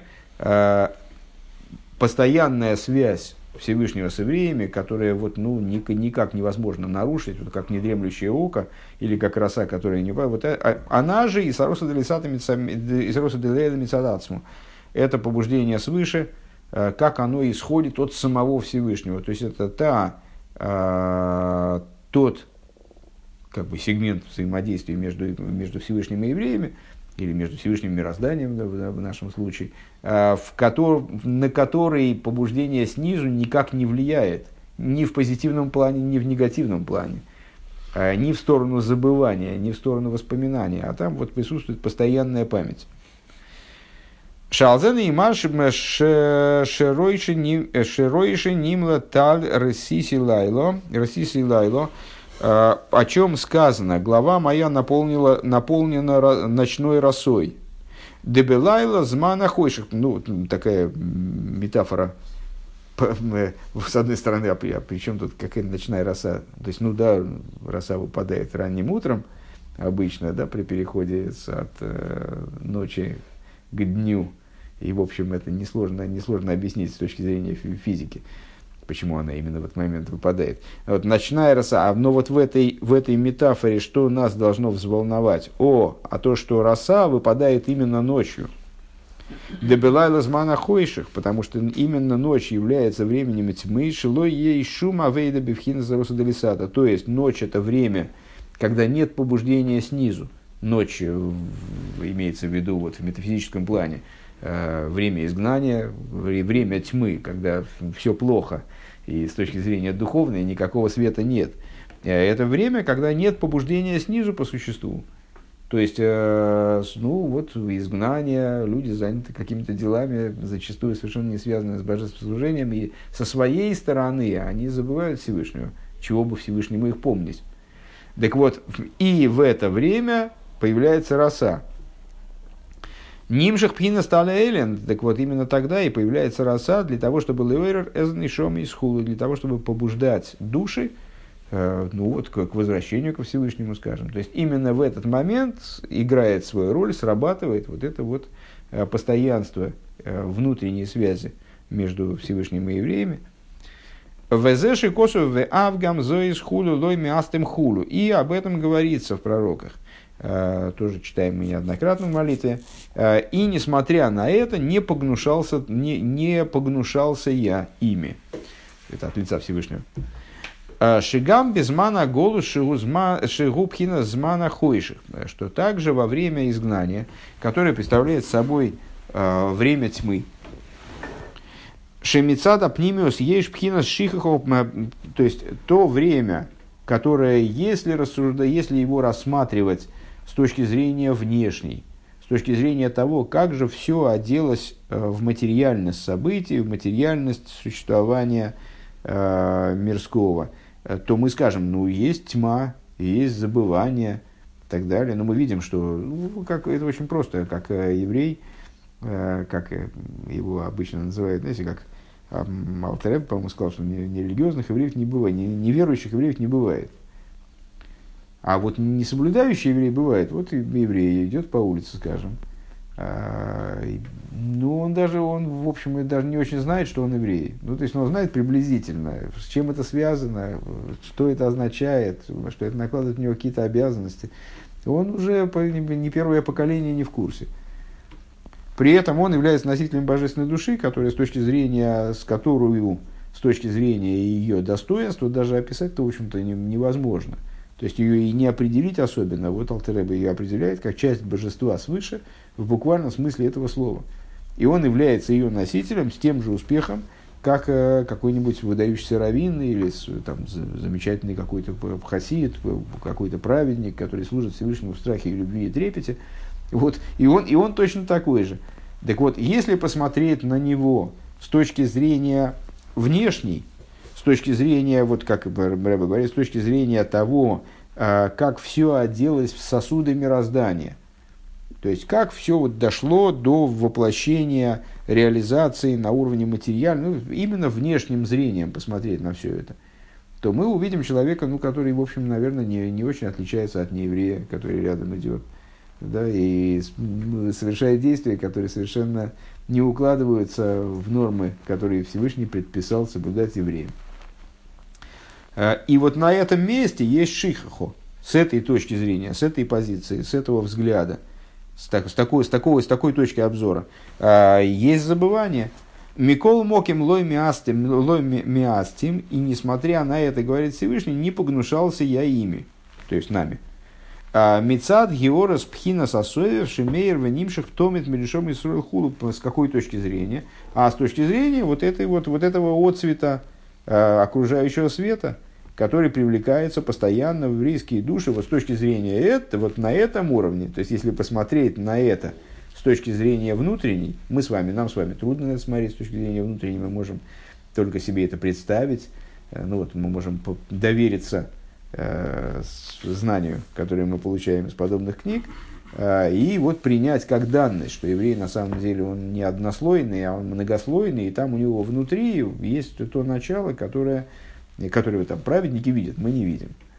постоянная связь Всевышнего с евреями, которая никак невозможно нарушить, вот как недремлющее око, или как роса, которая не... Вот, она же и сароса деледа мицадацму. Это побуждение свыше, как оно исходит от самого Всевышнего. То есть это тот сегмент взаимодействия между Всевышним и евреями, или между Всевышним мирозданием в нашем случае, на который побуждение снизу никак не влияет ни в позитивном плане, ни в негативном плане, ни в сторону забывания, ни в сторону воспоминания, а там вот присутствует постоянная память. Шалзен и марш шеройши нимла таль ресиси лайло, о чем сказано: глава моя наполнена ночной росой. Дебелайла змана хойших. Такая метафора. С одной стороны, а при чем тут какая ночная роса? То есть, роса выпадает ранним утром, обычно, при переходе от ночи к дню. И, в общем, это несложно объяснить с точки зрения физики, почему она именно в этот момент выпадает. Вот ночная роса, но вот в этой метафоре что нас должно взволновать? А то, что роса выпадает именно ночью. Дебелайла змана хойших, потому что именно ночь является временем тьмы, шилой ей шум авейда бифхина зароса делисата. То есть ночь это время, когда нет побуждения снизу. Ночь имеется в виду вот, в метафизическом плане. Время изгнания, время тьмы, когда все плохо, и с точки зрения духовной никакого света нет. Это время, когда нет побуждения снизу по существу. То есть, изгнание, люди заняты какими-то делами, зачастую совершенно не связанными с божественным служением, и со своей стороны они забывают Всевышнего, чего бы Всевышнему их помнить. Так вот, и в это время появляется роса. Нимших пхина стала элен, так вот именно тогда и появляется роса для того, чтобы левейрер эзнишом из хулы, для того, чтобы побуждать души, к возвращению ко Всевышнему, скажем. То есть именно в этот момент играет свою роль, срабатывает вот это вот постоянство внутренней связи между Всевышним и евреями. Везеши косу в авгам зоис хулу лойми астем хулу. И об этом говорится в пророках. Тоже читаем мы неоднократно в молитве. И несмотря на это, не погнушался я ими. Это от лица Всевышнего. Шигам безмана голу шигубхина змана хойших. Что также во время изгнания, которое представляет собой время тьмы, шемицада пнимиус еш пхина шихахов, то есть то время, которое, если его рассматривать с точки зрения внешней, с точки зрения того, как же все оделось в материальность событий, в материальность существования мирского, то мы скажем, есть тьма, есть забывание и так далее. Но мы видим, что это очень просто, как еврей, как его обычно называют, знаете, как Алтер Ребе, по-моему, сказал, что нерелигиозных евреев не бывает, неверующих евреев не бывает. А вот несоблюдающий еврей бывает. Вот еврей идет по улице, скажем, он, в общем, даже не очень знает, что он еврей. То есть он знает приблизительно, с чем это связано, что это означает, что это накладывает на него какие-то обязанности. Он уже не первое поколение не в курсе. При этом он является носителем божественной души, которая с точки зрения ее достоинства даже описать-то, в общем-то, невозможно. То есть ее и не определить особенно. Вот Алтер Ребе ее определяет как часть божества свыше в буквальном смысле этого слова. И он является ее носителем с тем же успехом, как какой-нибудь выдающийся раввин или замечательный какой-то хасид, какой-то праведник, который служит Всевышнему в страхе и любви и трепете. Вот. И он точно такой же. Так вот, если посмотреть на него с точки зрения внешней, с точки зрения, вот как Рэбе говорит, с точки зрения того, как все оделось в сосуды мироздания, то есть как все дошло до воплощения, реализации на уровне материального, именно внешним зрением посмотреть на все это, то мы увидим человека, который, в общем, наверное, не очень отличается от нееврея, который рядом идет, да, и совершает действия, которые совершенно не укладываются в нормы, которые Всевышний предписал соблюдать евреям. И вот на этом месте есть шихахо, с этой точки зрения, с этой позиции, с этого взгляда, с такой точки обзора, есть забывание. Микол моким лой миастим, и несмотря на это, говорит Всевышний, не погнушался я ими, то есть нами. Мицад георас пхина сосовев шемейр венимших томит мелешом исруэл хулу. С какой точки зрения? А с точки зрения вот этого отцвета окружающего света, который привлекается постоянно в еврейские души, вот с точки зрения вот на этом уровне. То есть, если посмотреть на это с точки зрения внутренней, нам с вами трудно на это смотреть с точки зрения внутренней, мы можем только себе это представить, мы можем довериться знанию, которое мы получаем из подобных книг, и вот принять как данность, что еврей на самом деле он не однослойный, а он многослойный, и там у него внутри есть то начало, которое там праведники видят, мы не видим.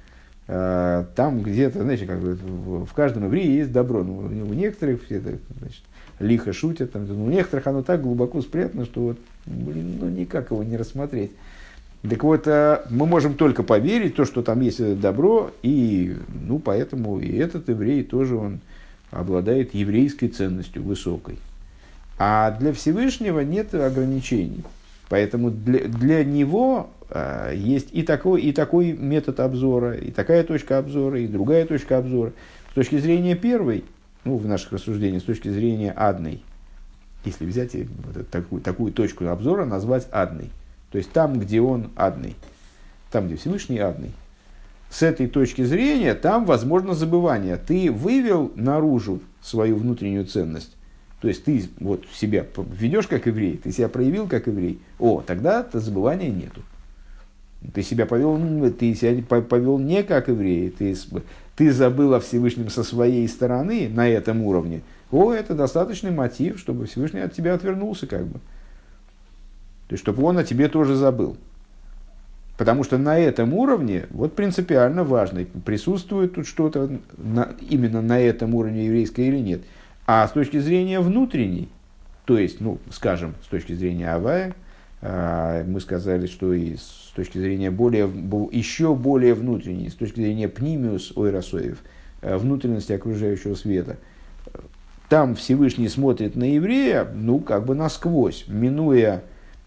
Там где-то, знаете, как бы в каждом еврее есть добро. Ну, у некоторых это, значит, лихо шутят, там, у некоторых оно так глубоко спрятано, что вот, ну, никак его не рассмотреть. Так вот, мы можем только поверить в то, что там есть это добро, и ну, поэтому и этот еврей тоже он обладает еврейской ценностью высокой. А для Всевышнего нет ограничений. Поэтому для него есть и такой метод обзора, и такая точка обзора, и другая точка обзора. С точки зрения первой, ну, в наших рассуждениях, с точки зрения адной, если взять вот такую точку обзора, назвать адной, то есть там, где он адный, там, где Всевышний адный, с этой точки зрения там возможно забывание. Ты вывел наружу свою внутреннюю ценность. То есть ты вот себя ведешь как еврей, ты себя проявил как еврей. Тогда-то забывания нету. Ты себя повел не как еврей, ты забыл о Всевышнем со своей стороны на этом уровне. Это достаточный мотив, чтобы Всевышний от тебя отвернулся, как бы. То есть, чтобы он о тебе тоже забыл. Потому что на этом уровне, вот принципиально важно, присутствует тут что-то именно на этом уровне еврейское или нет. А с точки зрения внутренней, то есть, ну, скажем, с точки зрения Авая, мы сказали, что и с точки зрения еще более внутренней, с точки зрения пнимиус ойрасоев, внутренности окружающего света, там Всевышний смотрит на еврея, ну, как бы насквозь, минуя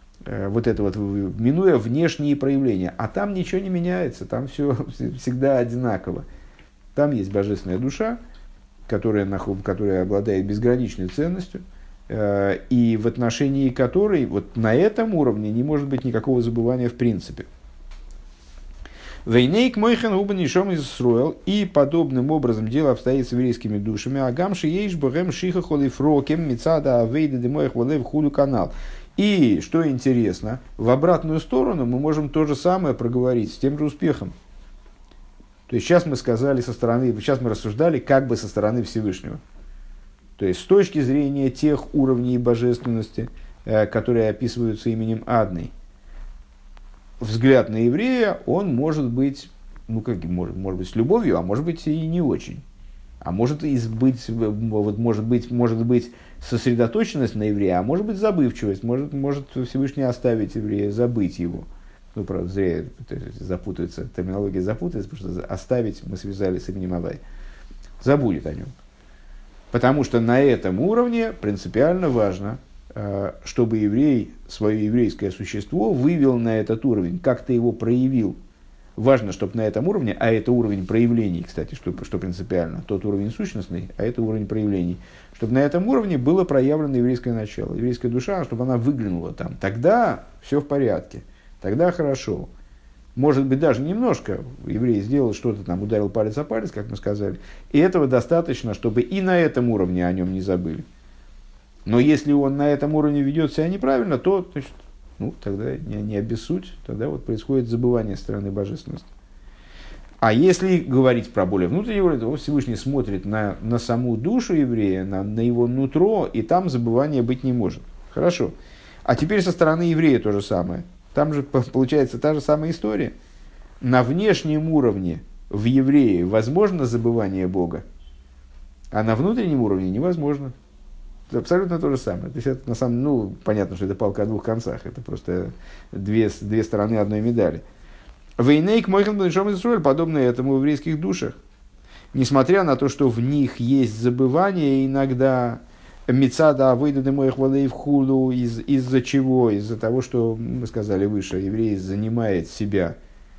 внешние проявления. А там ничего не меняется, там все всегда одинаково. Там есть божественная душа, которая обладает безграничной ценностью, и в отношении которой вот на этом уровне не может быть никакого забывания в принципе. Вейнейк мойхен убан ишом Исруэл, и подобным образом дело обстоит с еврейскими душами. Агамши ейш богем шиха холифрокем мицада авейда демоих волев худу канал. И, что интересно, в обратную сторону мы можем то же самое проговорить с тем же успехом. То есть сейчас мы рассуждали как бы со стороны Всевышнего. То есть с точки зрения тех уровней божественности, которые описываются именем Адный, взгляд на еврея, он может быть, может быть с любовью, а может быть и не очень. А может быть сосредоточенность на еврея, а может быть забывчивость, может Всевышний оставить еврея, забыть его. Ну, правда, зря терминология запутается, потому что оставить мы связали с именем Авай. Забудет о нем. Потому что на этом уровне принципиально важно, чтобы еврей свое еврейское существо вывел на этот уровень, как-то его проявил. Важно, чтобы на этом уровне, а это уровень проявлений, кстати, что принципиально, тот уровень сущностный, а это уровень проявлений, чтобы на этом уровне было проявлено еврейское начало, еврейская душа, чтобы она выглянула там. Тогда все в порядке, тогда хорошо. Может быть, даже немножко еврей сделал что-то, там, ударил палец о палец, как мы сказали, и этого достаточно, чтобы и на этом уровне о нем не забыли. Но если он на этом уровне ведет себя неправильно, то тогда не обессудь, тогда вот происходит забывание стороны божественности. А если говорить про более внутренний уровень, то Всевышний смотрит на саму душу еврея, на его нутро, и там забывания быть не может. Хорошо. А теперь со стороны еврея то же самое. Там же получается та же самая история. На внешнем уровне в еврее возможно забывание Бога, а на внутреннем уровне невозможно. Абсолютно то же самое. То есть это на самом понятно, что это палка о двух концах. Это просто две стороны одной медали. Вейнейк мойхан бенешом Исруэль, подобно этому в еврейских душах. Несмотря на то, что в них есть забывание иногда, мицада авойда демоих волеев худу, из-за чего? Из-за того, что мы сказали выше, еврей занимает себя,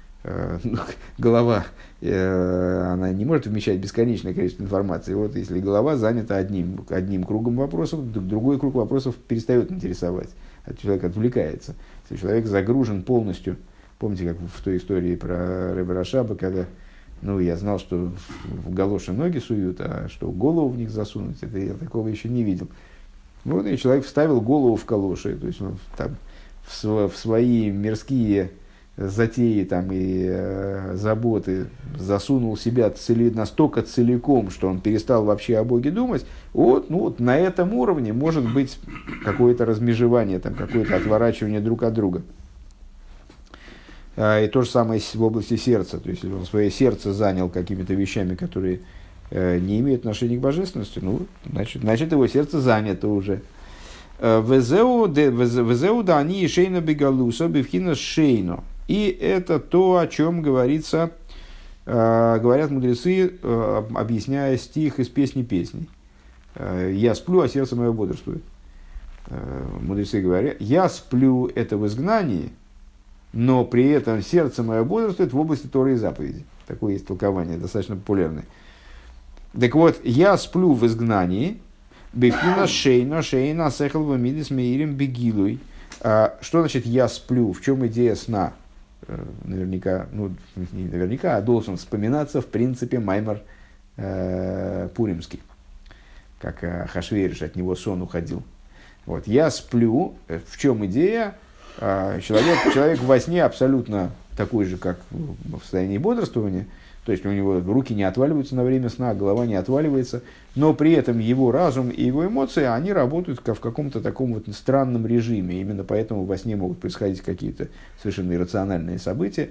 голова, она не может вмещать бесконечное количество информации. Вот если голова занята одним кругом вопросов, другой круг вопросов перестает интересовать. Человек отвлекается. Если человек загружен полностью, помните, как в той истории про Ребе Рашаба, когда я знал, что в галоши ноги суют, а что голову в них засунуть, это я такого еще не видел. Вот и человек вставил голову в калоши, то есть он там в свои мирские затеи там, и заботы засунул себя настолько целиком, что он перестал вообще о Боге думать. Вот на этом уровне может быть какое-то размежевание, там, какое-то отворачивание друг от друга. И то же самое в области сердца. То есть, если он свое сердце занял какими-то вещами, которые не имеют отношения к божественности, ну, значит его сердце занято уже. Везеу да они шейно бегалуса бивхина шейно. И это то, о чем говорится, говорят мудрецы, объясняя стих из песни. «Я сплю, а сердце мое бодрствует». Мудрецы говорят, «Я сплю» — это в изгнании, но при этом сердце мое бодрствует в области Торы и заповеди. Такое есть толкование, достаточно популярное. Так вот, «Я сплю в изгнании», «Бифина шейна сехал вамидис меирим бегилуй». Что значит «я сплю»? В чем идея сна? Наверняка, ну, не наверняка, а должен вспоминаться, в принципе, маймор пуримский. Как Ахашвериш, от него сон уходил. Вот, «Я сплю». В чем идея? Человек во сне абсолютно такой же, как в состоянии бодрствования. То есть, у него руки не отваливаются на время сна, голова не отваливается. Но при этом его разум и его эмоции, они работают в каком-то таком вот странном режиме. Именно поэтому во сне могут происходить какие-то совершенно иррациональные события.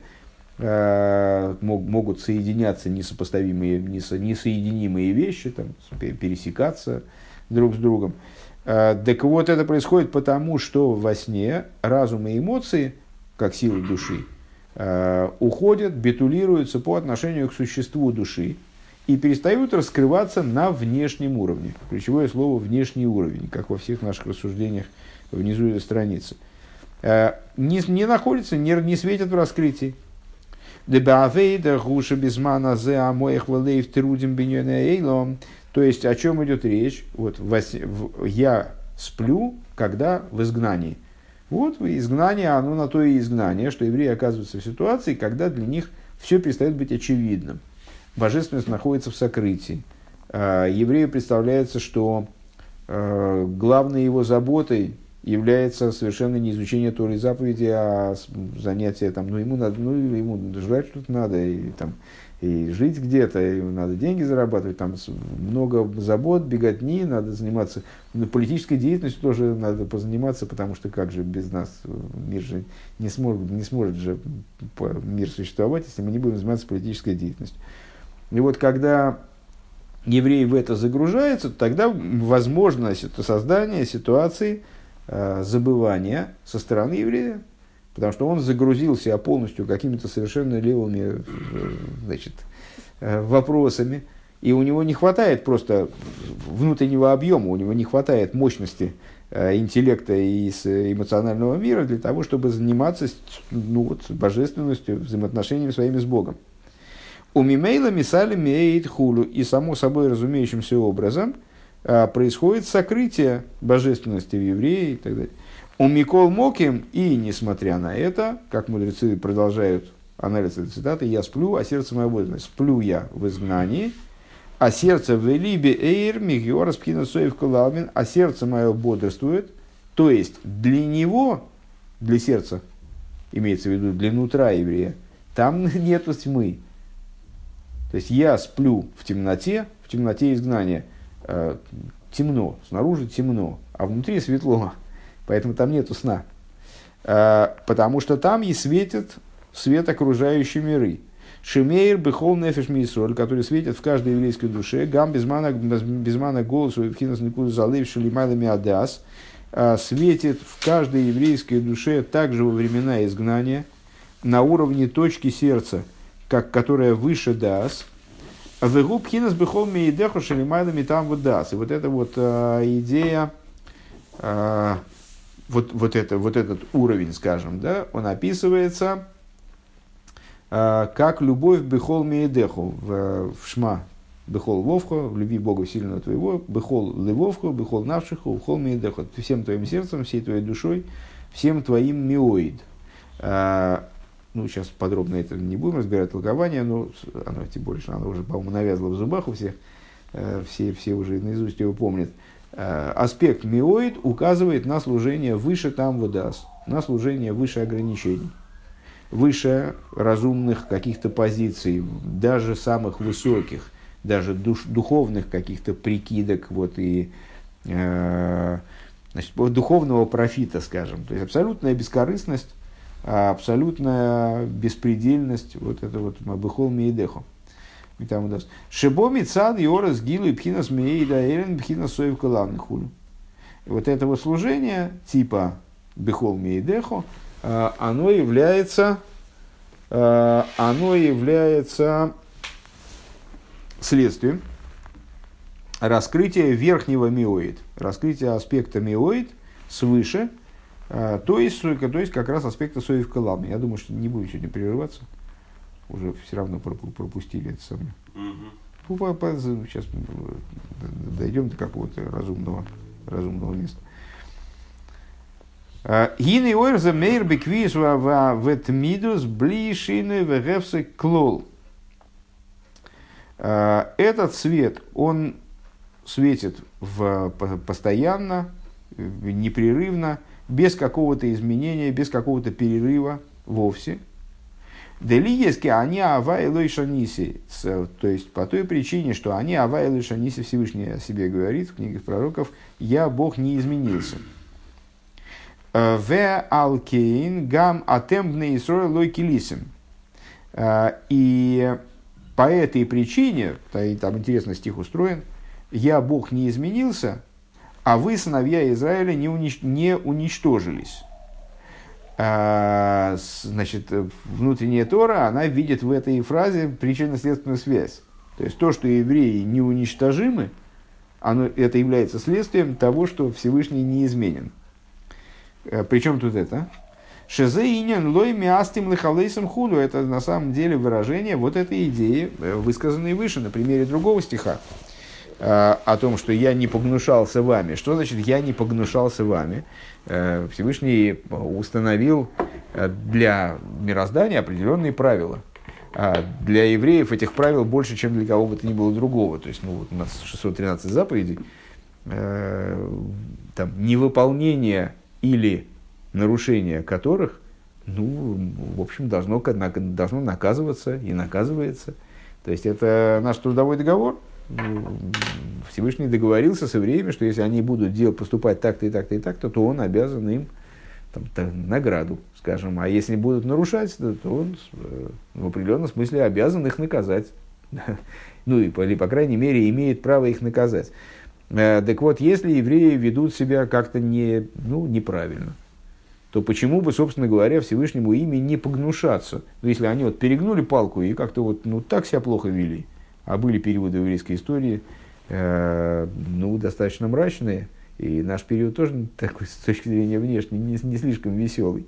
Могут соединяться несопоставимые, несоединимые вещи, там, пересекаться друг с другом. Так вот, это происходит потому, что во сне разум и эмоции, как силы души, уходят, битулируются по отношению к существу души и перестают раскрываться на внешнем уровне. Ключевое слово «внешний уровень», как во всех наших рассуждениях внизу этой страницы. Не находятся, не светят в раскрытии. То есть, о чем идет речь? Вот, я сплю, когда в изгнании. Вот изгнание, оно на то и изгнание, что евреи оказываются в ситуации, когда для них все перестает быть очевидным. Божественность находится в сокрытии. Еврею представляется, что главной его заботой является совершенно не изучение Торы и заповеди, а занятие там, ему жрать что-то надо, и жить где-то, и надо деньги зарабатывать, там много забот, беготни, надо заниматься, политической деятельностью тоже надо позаниматься, потому что как же без нас мир же не сможет же мир существовать, если мы не будем заниматься политической деятельностью. И вот когда еврей в это загружается, тогда возможно создание ситуации забывания со стороны еврея, потому что он загрузил себя полностью какими-то совершенно левыми, вопросами, и у него не хватает просто внутреннего объема, у него не хватает мощности интеллекта и эмоционального мира для того, чтобы заниматься божественностью, взаимоотношениями своими с Богом. У мимейла мисали меет хулу, и само собой разумеющимся образом происходит сокрытие божественности в евреи и так далее. У Микол Моким, и несмотря на это, как мудрецы продолжают анализ этой цитаты, «Я сплю, а сердце мое бодрствует». Сплю я в изгнании, а сердце в элибе эйр мигьор спхина соев колалмин, а сердце мое бодрствует. То есть, для него, для сердца, имеется в виду для нутра еврея, там нету тьмы. То есть, я сплю в темноте изгнания. Темно, снаружи темно, а внутри светло, поэтому там нету сна, потому что там и светит свет окружающей миры. Шемейр бехол нефеш мисроль, который светит в каждой еврейской душе, гам безмана голосу вхинас никуда залыв шелимайлами адас, светит в каждой еврейской душе также во времена изгнания на уровне точки сердца, которая выше дас. И вот эта вот идея, этот уровень, скажем, да, он описывается как любовь бехол меедеху в шма бехол вовхо, в любви Бога сильного твоего, бехол левовхо, бехол навшиху, бехол меедеху, всем твоим сердцем, всей твоей душой, всем твоим миоид. Сейчас подробно это не будем разбирать толкование, но оно, тем более, что оно уже, по-моему, навязло в зубах у всех, все уже наизусть его помнят. Аспект миоид указывает на служение выше там водас, на служение выше ограничений, выше разумных каких-то позиций, даже самых высоких, даже духовных каких-то прикидок, духовного профита, скажем. То есть абсолютная бескорыстность абсолютная беспредельность, вот это вот бехол мейдехо. Шибо мицад йорас гилу и пхинас мейда элен пхинас соев калавный хулю. Вот это вот служение типа бехол мейдехо, оно является следствием раскрытия верхнего миоид, раскрытия аспекта миоид свыше, то есть как раз аспекта соев калавный. Я думаю, что не будем сегодня прерываться. Уже все равно пропустили это самое. Сейчас дойдем до какого-то разумного места. Гины ойрза мейр беквиз ветмидус блишины вегевсы клол. Этот свет, он светит постоянно, непрерывно, без какого-то изменения, без какого-то перерыва вовсе. Делиески они авай лойшаниси, то есть по той причине, что они авай лойшаниси, Всевышний о себе говорит в книгах пророков, я Бог не изменился. В алкейн гам атембне исрой лойкилисим. И по этой причине, там интересно стих устроен, я Бог не изменился, а вы, сыновья Израиля, не уничтожились. Значит, внутренняя Тора, она видит в этой фразе причинно-следственную связь. То есть то, что евреи неуничтожимы, это является следствием того, что Всевышний неизменен. Причем тут это? Шезе иньян лой миастим лихалейсам худу. Это на самом деле выражение вот этой идеи, высказанной выше на примере другого стиха. О том, что я не погнушался вами. Что значит я не погнушался вами? Всевышний установил для мироздания определенные правила. Для евреев этих правил больше, чем для кого бы то ни было другого. То есть, вот у нас 613 заповедей. Там, невыполнение или нарушение которых, в общем, должно наказываться и наказывается. То есть, это наш трудовой договор. Всевышний договорился с евреями, что если они будут поступать так-то и так-то и так-то, то он обязан им награду, скажем. А если будут нарушать, то он в определенном смысле обязан их наказать. Или, по крайней мере, имеет право их наказать. Так вот, если евреи ведут себя как-то неправильно, то почему бы, собственно говоря, Всевышнему ими не погнушаться? Если они перегнули палку и как-то так себя плохо вели, а были периоды в еврейской истории, достаточно мрачные, и наш период тоже такой, с точки зрения внешней, не слишком веселый.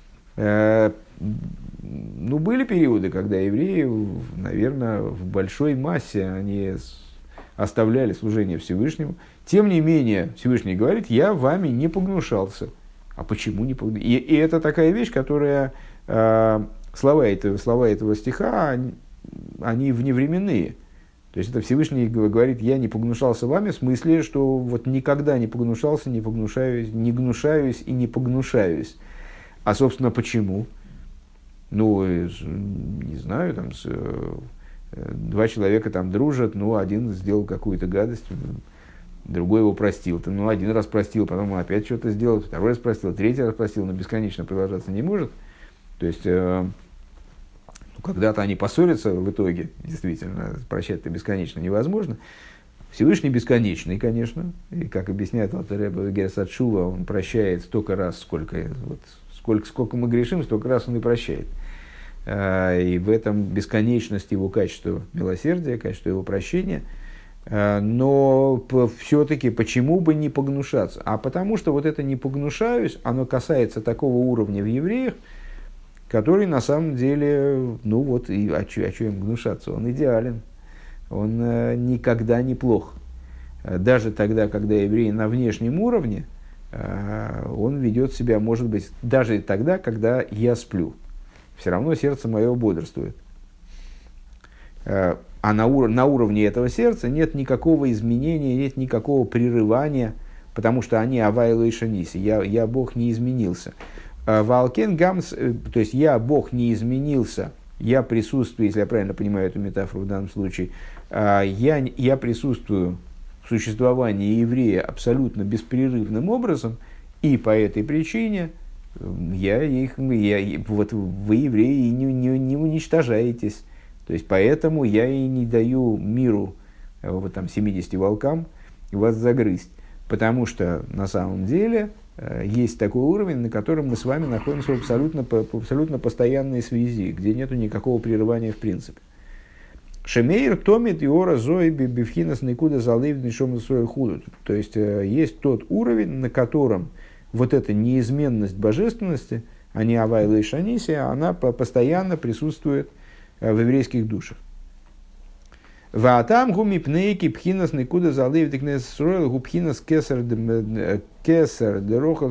Были периоды, когда евреи, наверное, в большой массе они оставляли служение Всевышнему. Тем не менее, Всевышний говорит, я вами не погнушался. А почему не погнушался? И это такая вещь, которая, слова этого стиха, они вневременные. То есть это Всевышний говорит, я не погнушался вами, в смысле, что никогда не погнушался, не гнушаюсь и не погнушаюсь. А, собственно, почему? Не знаю, два человека дружат, один сделал какую-то гадость, другой его простил. Один раз простил, потом он опять что-то сделал, второй раз простил, третий раз простил, но бесконечно продолжаться не может. То есть, когда-то они поссорятся в итоге, действительно, прощать-то бесконечно невозможно. Всевышний бесконечный, конечно, и, как объясняет Алтер Ребе Герсат Шува, он прощает столько раз, сколько мы грешим, столько раз он и прощает. И в этом бесконечность его качества милосердия, качества его прощения. Но все-таки почему бы не погнушаться? А потому что это «не погнушаюсь», оно касается такого уровня в евреях, который на самом деле, а что им гнушаться? Он идеален, он никогда не плох. Даже тогда, когда еврей на внешнем уровне, он ведет себя, может быть, даже тогда, когда я сплю. Все равно сердце мое бодрствует. А на уровне этого сердца нет никакого изменения, нет никакого прерывания, потому что они авайло и шаниси, я Бог не изменился. Валкен гамс, то есть я Бог не изменился, я присутствую, если я правильно понимаю эту метафору в данном случае, я присутствую в существовании еврея абсолютно беспрерывным образом, и по этой причине Вот вы, евреи, не уничтожаетесь. То есть, поэтому я и не даю миру, вот там, 70 волкам вас загрызть. Потому что на самом деле есть такой уровень, на котором мы с вами находимся в абсолютно постоянной связи, где нет никакого прерывания в принципе. Шемейр томит иора зои бифхинас никуда залывный шом худут. То есть есть тот уровень, на котором вот эта неизменность божественности, а не авайла и шанисия, она постоянно присутствует в еврейских душах. Ваатам гуми пнейки пхинас никуда залив дикнес сроил губхинас кесар де рохал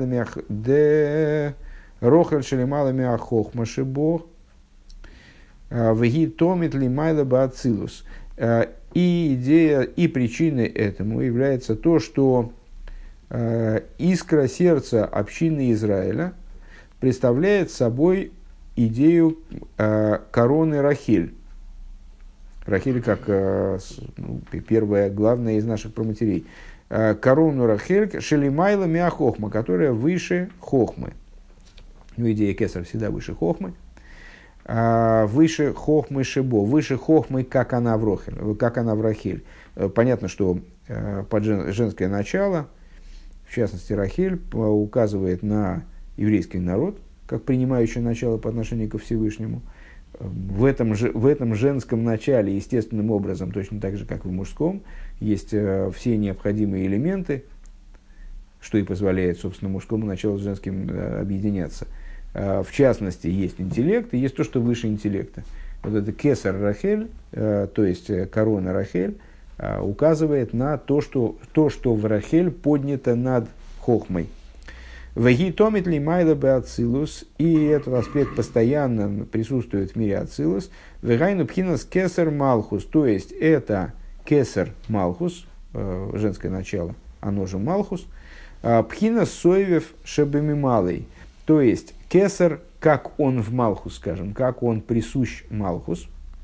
шелималами ахохма шибох вги томит лимайла баацилус. И идея, и причиной этому является то, что искра сердца общины Израиля представляет собой идею короны Рахель. Рахель как первая, главная из наших праматерей. Корону Рахель шелимайла миахохма, которая выше хохмы. Ну, идея кесар всегда выше хохмы. Выше хохмы шибо, выше хохмы, как она в Рахель. Понятно, что под женское начало, в частности Рахель, указывает на еврейский народ, как принимающее начало по отношению ко Всевышнему. В этом женском начале, естественным образом, точно так же, как и в мужском, есть все необходимые элементы, что и позволяет, собственно, мужскому началу с женским объединяться. В частности, есть интеллект и есть то, что выше интеллекта. Вот это кесар Рахель, то есть корона Рахель, указывает на то, что в Рахель поднято над хохмой. Веги томит ли майла бе ацилус, и этот аспект постоянно присутствует в мире ацилус. Вегайну пхинас кесар малхус, то есть это кесар малхус, женское начало, оно же малхус. Пхинас соевев шебемималей, то есть кесар, как он в малхус, скажем, как он присущ малхус,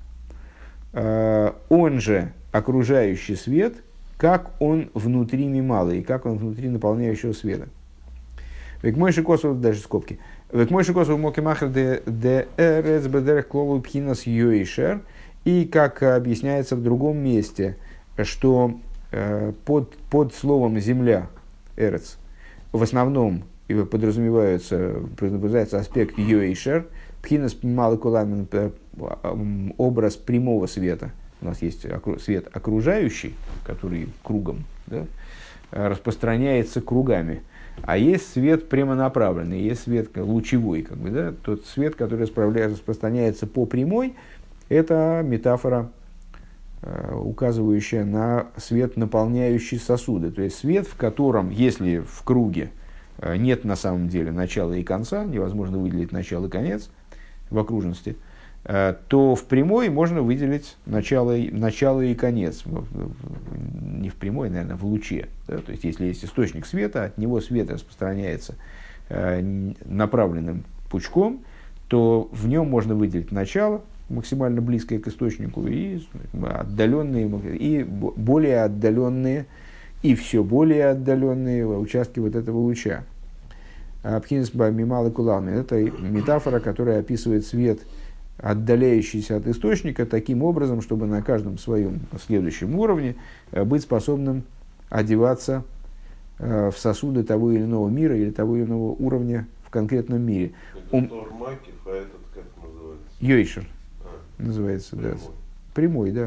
он же окружающий свет, как он внутри мималы, как он внутри наполняющего света. Век мой шикосов, даже скобки. Век мой шикосов мокимахер де эрец бедерех клолу пхинас йоишер. И как объясняется в другом месте, что под словом земля, эрец, в основном подразумевается аспект йоишер, пхинас малый куламин, образ прямого света. У нас есть свет окружающий, который кругом, да, распространяется кругами. А есть свет прямонаправленный, есть свет лучевой, как бы, да? Тот свет, который распространяется по прямой, это метафора, указывающая на свет, наполняющий сосуды. То есть свет, в котором, если в круге нет на самом деле начала и конца, невозможно выделить начало и конец в окружности, то в прямой можно выделить начало и конец. Не в прямой, наверное, в луче. Да? То есть, если есть источник света, от него свет распространяется направленным пучком, то в нем можно выделить начало, максимально близкое к источнику, и отдаленные, и более отдаленные, и все более отдаленные участки вот этого луча. Пхинас мималы кулами. Это метафора, которая описывает свет, отдаляющийся от источника, таким образом, чтобы на каждом своем следующем уровне быть способным одеваться в сосуды того или иного мира или того или иного уровня в конкретном мире. Макив, а этот как называется? Йойшер называется, прямой. Да. Прямой, да.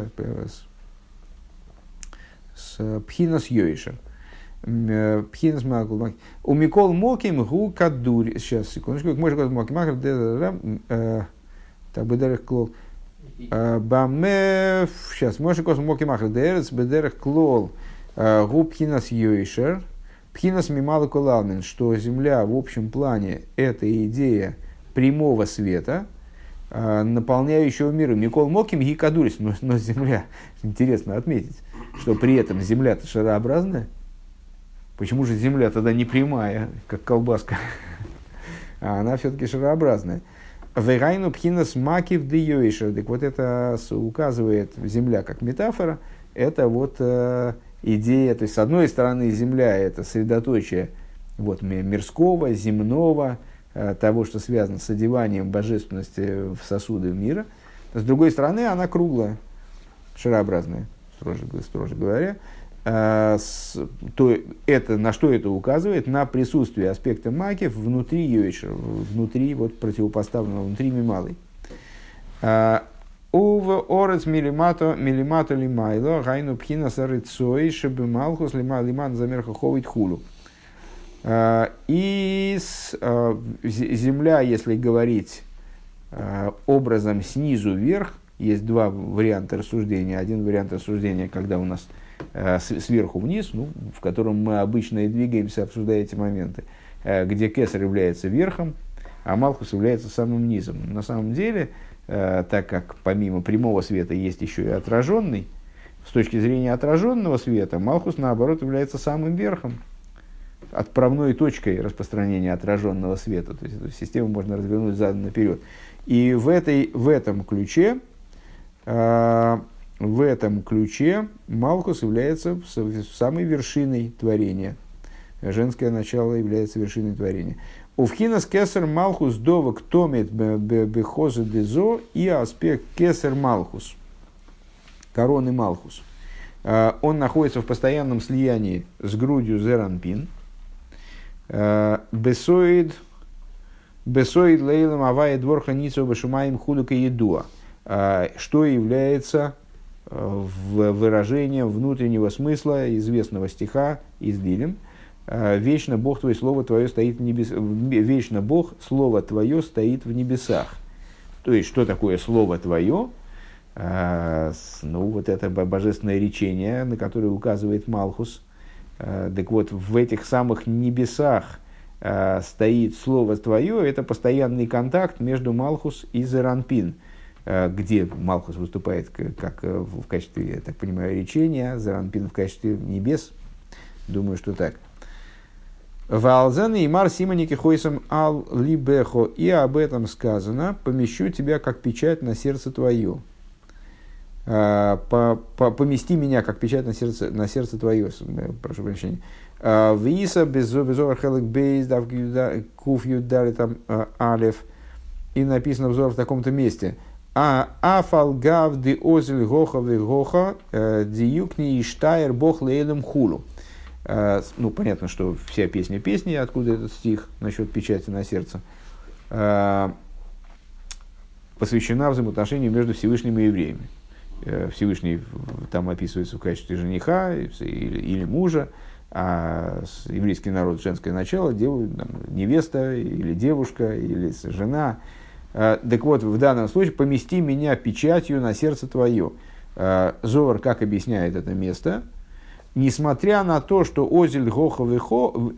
С пхинас Йойшер. Пхинас Макул. У Микол Моким гу кадури. Сейчас, секундочку. Может, Моким так, бедерах клол. Баме, сейчас, может, косм мокимахр дерец, бедерах клол, губ пхинас йойшер, пхинас мималы колалмин, что земля в общем плане это идея прямого света, наполняющего мир. Микол моким гикадурис, но земля, интересно отметить, что при этом земля-то шарообразная. Почему же земля тогда не прямая, как колбаска, а она все-таки шарообразная? Вегайну пхинас макив де йойшер. Так вот это указывает земля как метафора. Это вот идея, то есть с одной стороны земля это средоточие вот, мирского, земного, того, что связано с одеванием божественности в сосуды мира. С другой стороны, она круглая, шарообразная, строже говоря. То это, на что это указывает? На присутствие аспекта макев внутри йойшер, внутри вот, противопоставленного, внутри мималой. Уве орец милимато лимайло, гайну пхина сарыцой, шебе малхус лиман замерха ховит хулу. И земля, если говорить образом снизу вверх, есть два варианта рассуждения. Один вариант рассуждения, когда у нас сверху вниз, ну, в котором мы обычно и двигаемся, обсуждая эти моменты, где кесар является верхом, а малхус является самым низом. На самом деле, так как помимо прямого света есть еще и отраженный, с точки зрения отраженного света, малхус, наоборот, является самым верхом, отправной точкой распространения отраженного света. То есть эту систему можно развернуть задом наперед. И в этом ключе малхус является самой вершиной творения. Женское начало является вершиной творения. Увхинас кесар малхус довак томит бехоза дезо и аспект кесар малхус. Короны малхус. Он находится в постоянном слиянии с грудью зеранпин. Бесоид лейлам авая дворха ницо башумаим худука едуа. Что является выражением внутреннего смысла известного стиха из Дилем. «Вечно Бог твой, слово твое стоит в небесах». «Вечно Бог, слово твое стоит в небесах». То есть, что такое слово твое? Ну, вот это божественное речение, на которое указывает Малхус. Так вот, в этих самых небесах стоит слово твое. Это постоянный контакт между Малхус и Зеранпин, где Малхус выступает как в качестве, я так понимаю, речения, Зеранпин в качестве небес. Думаю, что так. Валзен и Мар Симоники Хойсом Ал Либехо. И об этом сказано: помещу тебя как печать на сердце твое. Помести меня как печать на сердце твое. Прошу прощения. Виса безовар хелек бейс дав куф юдали там алев. И написано взор в таком-то месте. Афал гав ди озель гоха ви гоха диюкни иштайр бог лейлем хулу. Ну, понятно, что вся песня песни, откуда этот стих насчет печати на сердце, посвящена взаимоотношению между Всевышним и евреями. Всевышний там описывается в качестве жениха или мужа, а еврейский народ — женское начало, невеста или девушка или жена. Так вот, в данном случае помести меня печатью на сердце твое. Зоар как объясняет это место? Несмотря на то, что озель гохо вегохо,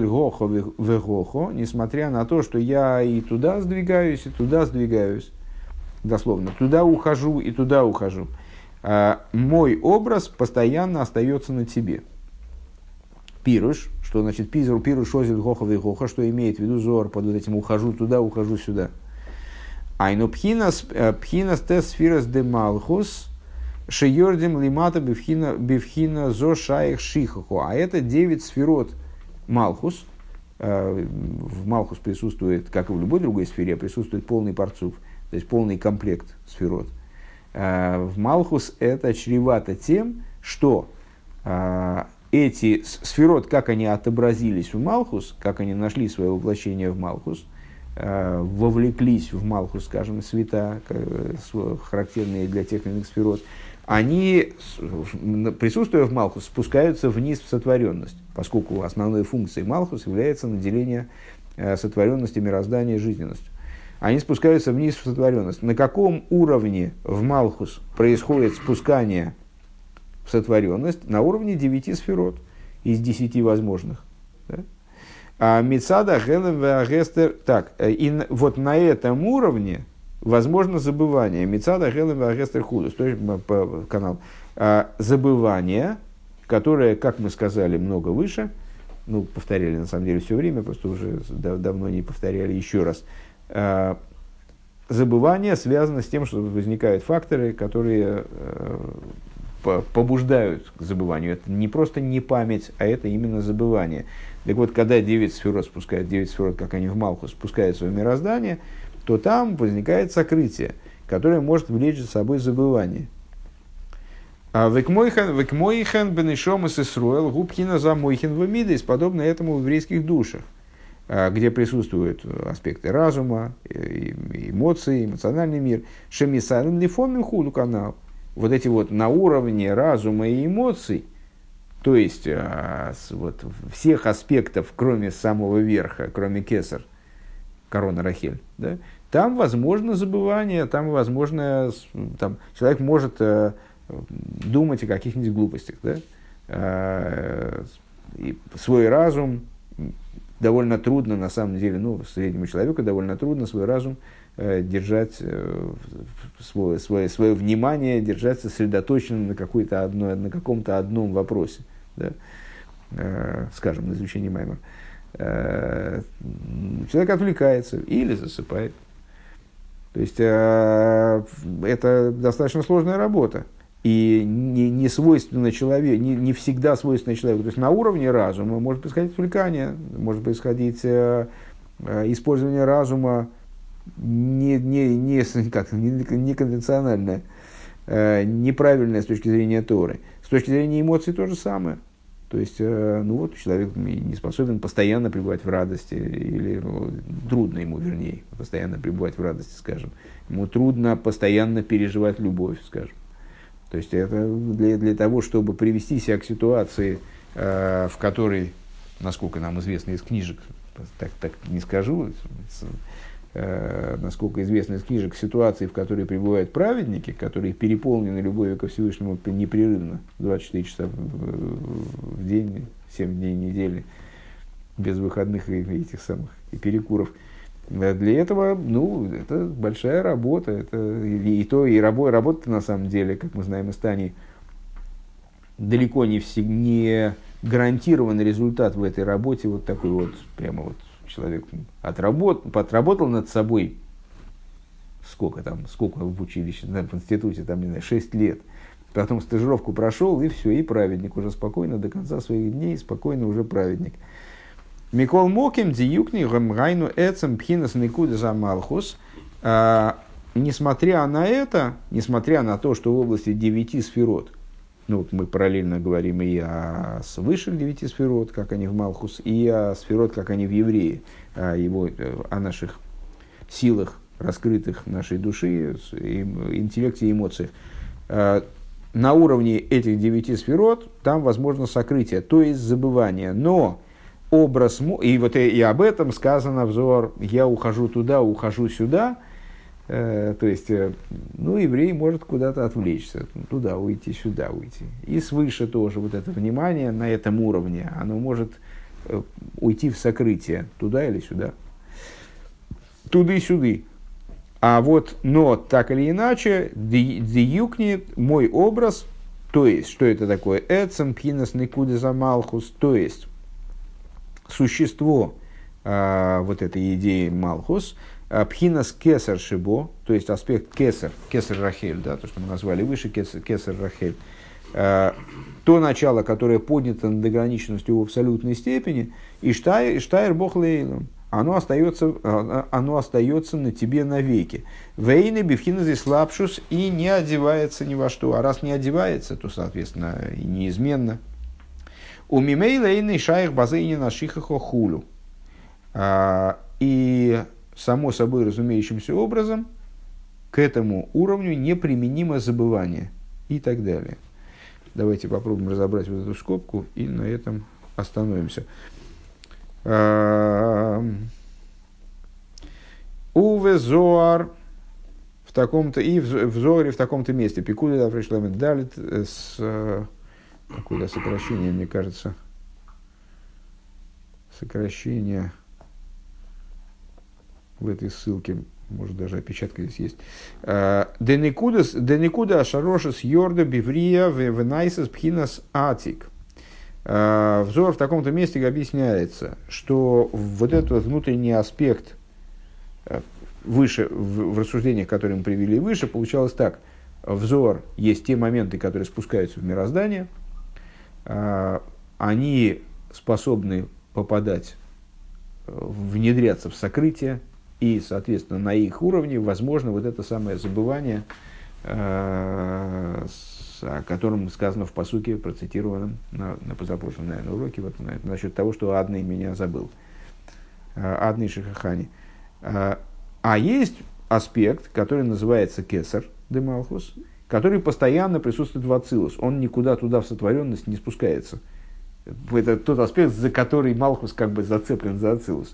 несмотря на то, что я и туда сдвигаюсь, дословно, туда ухожу и туда ухожу, мой образ постоянно остается на тебе. Пируш, что значит пируш озель гохо вегохо, что имеет в виду Зоар под вот этим ухожу туда, ухожу сюда. Айну пхинас тес сфирас де малхус, шеёрдим лимата бифхина зо шаих шихаху. А это 9 сферот Малхус. В Малхус присутствует, как и в любой другой сфере, присутствует полный парцуф, то есть полный комплект сферот. В Малхус это чревато тем, что эти сферот, как они отобразились в Малхус, как они нашли свое воплощение в Малхус, вовлеклись в Малхус, скажем, света, характерные для тех или иных сферот, они, присутствуя в Малхус, спускаются вниз в сотворенность, поскольку основной функцией Малхус является наделение сотворенности мироздания жизненностью. Они спускаются вниз в сотворенность. На каком уровне в Малхус происходит спускание в сотворенность? На уровне 9 сферот из 10 возможных. Да? Мицада, Гелем, Вагестер. Так, и вот на этом уровне возможно забывание. Мицада, Гелем, Вагестер Худус. То есть канал. Забывание, которое, как мы сказали, много выше. Ну, повторяли на самом деле все время, просто уже давно не повторяли еще раз. Забывание связано с тем, что возникают факторы, которые побуждают к забыванию. Это не просто не память, а это именно забывание. Так вот, когда 9 сферот спускают, 9 сферот, как они в Малхус, спускают свое мироздание, то там возникает сокрытие, которое может влечь за собой забывание. Векмойхен бенешом и сесруэл губхина за мойхен вамидес, подобно этому в еврейских душах, где присутствуют аспекты разума, эмоции, эмоциональный мир. Шемисарен лифомим худу канал. Вот эти вот на уровне разума и эмоций, то есть вот, всех аспектов, кроме самого верха, кроме кесар, корона Рахель, да, там возможно забывание, там возможно, там человек может думать о каких-нибудь глупостях. Да? И свой разум довольно трудно, на самом деле, среднему человеку довольно трудно свой разум держать, свое внимание держать сосредоточенным на каком-то одном вопросе. Да? Скажем, на изучении Маймора. Человек отвлекается или засыпает. То есть, это достаточно сложная работа. И не свойственно человеку, не всегда свойственно человеку. То есть, на уровне разума может происходить отвлекание, может происходить использование разума неконвенциональное, неправильное с точки зрения Торы. С точки зрения эмоций то же самое. То есть, человек не способен постоянно пребывать в радости, или трудно ему, вернее, постоянно пребывать в радости, скажем. Ему трудно постоянно переживать любовь, скажем. То есть, это для того, чтобы привести себя к ситуации, в которой, насколько нам известно из книжек, так не скажу, насколько известно из книжек, ситуации, в которой пребывают праведники, которые переполнены любовью ко Всевышнему непрерывно, 24 часа в день, 7 дней недели, без выходных и этих самых и перекуров. Для этого, это большая работа. И работа на самом деле, как мы знаем из Тани, далеко не гарантированный результат в этой работе вот такой вот, прямо вот человек отработал над собой, сколько в училище, в институте, 6 лет. Потом стажировку прошел, и все, и праведник уже спокойно, до конца своих дней, спокойно уже праведник. Микол Моким, Диюкни, Гамгайну, Эцем, Пхинас, Никуда, Замалхус. Несмотря на это, несмотря на то, что в области 9 сферот, мы параллельно говорим и о свыше 9 сферот, как они в Малхус, и о сферот, как они в Еврее, о наших силах, раскрытых нашей души, интеллекте и эмоциях. На уровне этих 9 сферот там возможно сокрытие, то есть забывание. Но образ, и об этом сказано взор, я ухожу туда, ухожу сюда. То есть, еврей может куда-то отвлечься, туда уйти, сюда уйти. И свыше тоже вот это внимание на этом уровне, оно может уйти в сокрытие, туда или сюда, туды-сюды. Но так или иначе, диюкни мой образ, то есть, что это такое? Эцем пхинас никуда замалхус, то есть, существо вот этой идеи Малхус, пхинас кесар шибо, то есть аспект кесар Рахель, да, то, что мы назвали выше, кесар Рахель, то начало, которое поднято над ограниченностью в абсолютной степени, и штайр бог лейлом, оно остается на тебе навеки. Вейны бифхина здесь лапшус и не одевается ни во что, а раз не одевается, то, соответственно, и неизменно. У мимей лейны шайх базейни нашихахо хулю. И само собой разумеющимся образом к этому уровню неприменимо забывание и так далее. Давайте попробуем разобрать вот эту скобку и на этом остановимся. Уве Зоар в таком-то и в Зоре в таком-то месте. Пикуда Афришлемет Далит с какое-то сокращение, мне кажется. Сокращение в этой ссылке, может даже опечатка здесь есть. Денекуда Ашарошес Йорда Биврия Венайсес Пхинас Атик. Взор в таком-то месте объясняется, что вот этот внутренний аспект выше, в рассуждениях, которые мы привели выше, получалось так. в Зоар есть те моменты, которые спускаются в мироздание, они способны попадать, внедряться в сокрытие, и, соответственно, на их уровне возможно вот это самое забывание, о котором сказано в пасуке, процитированном на позапрошлом, наверное, уроке, вот, насчет того, что Адный меня забыл. Адный Шихахани. А есть аспект, который называется Кесар де Малхус, который постоянно присутствует в Ацилус. Он никуда туда в сотворенность не спускается. Это тот аспект, за который Малхус как бы зацеплен за Ацилус.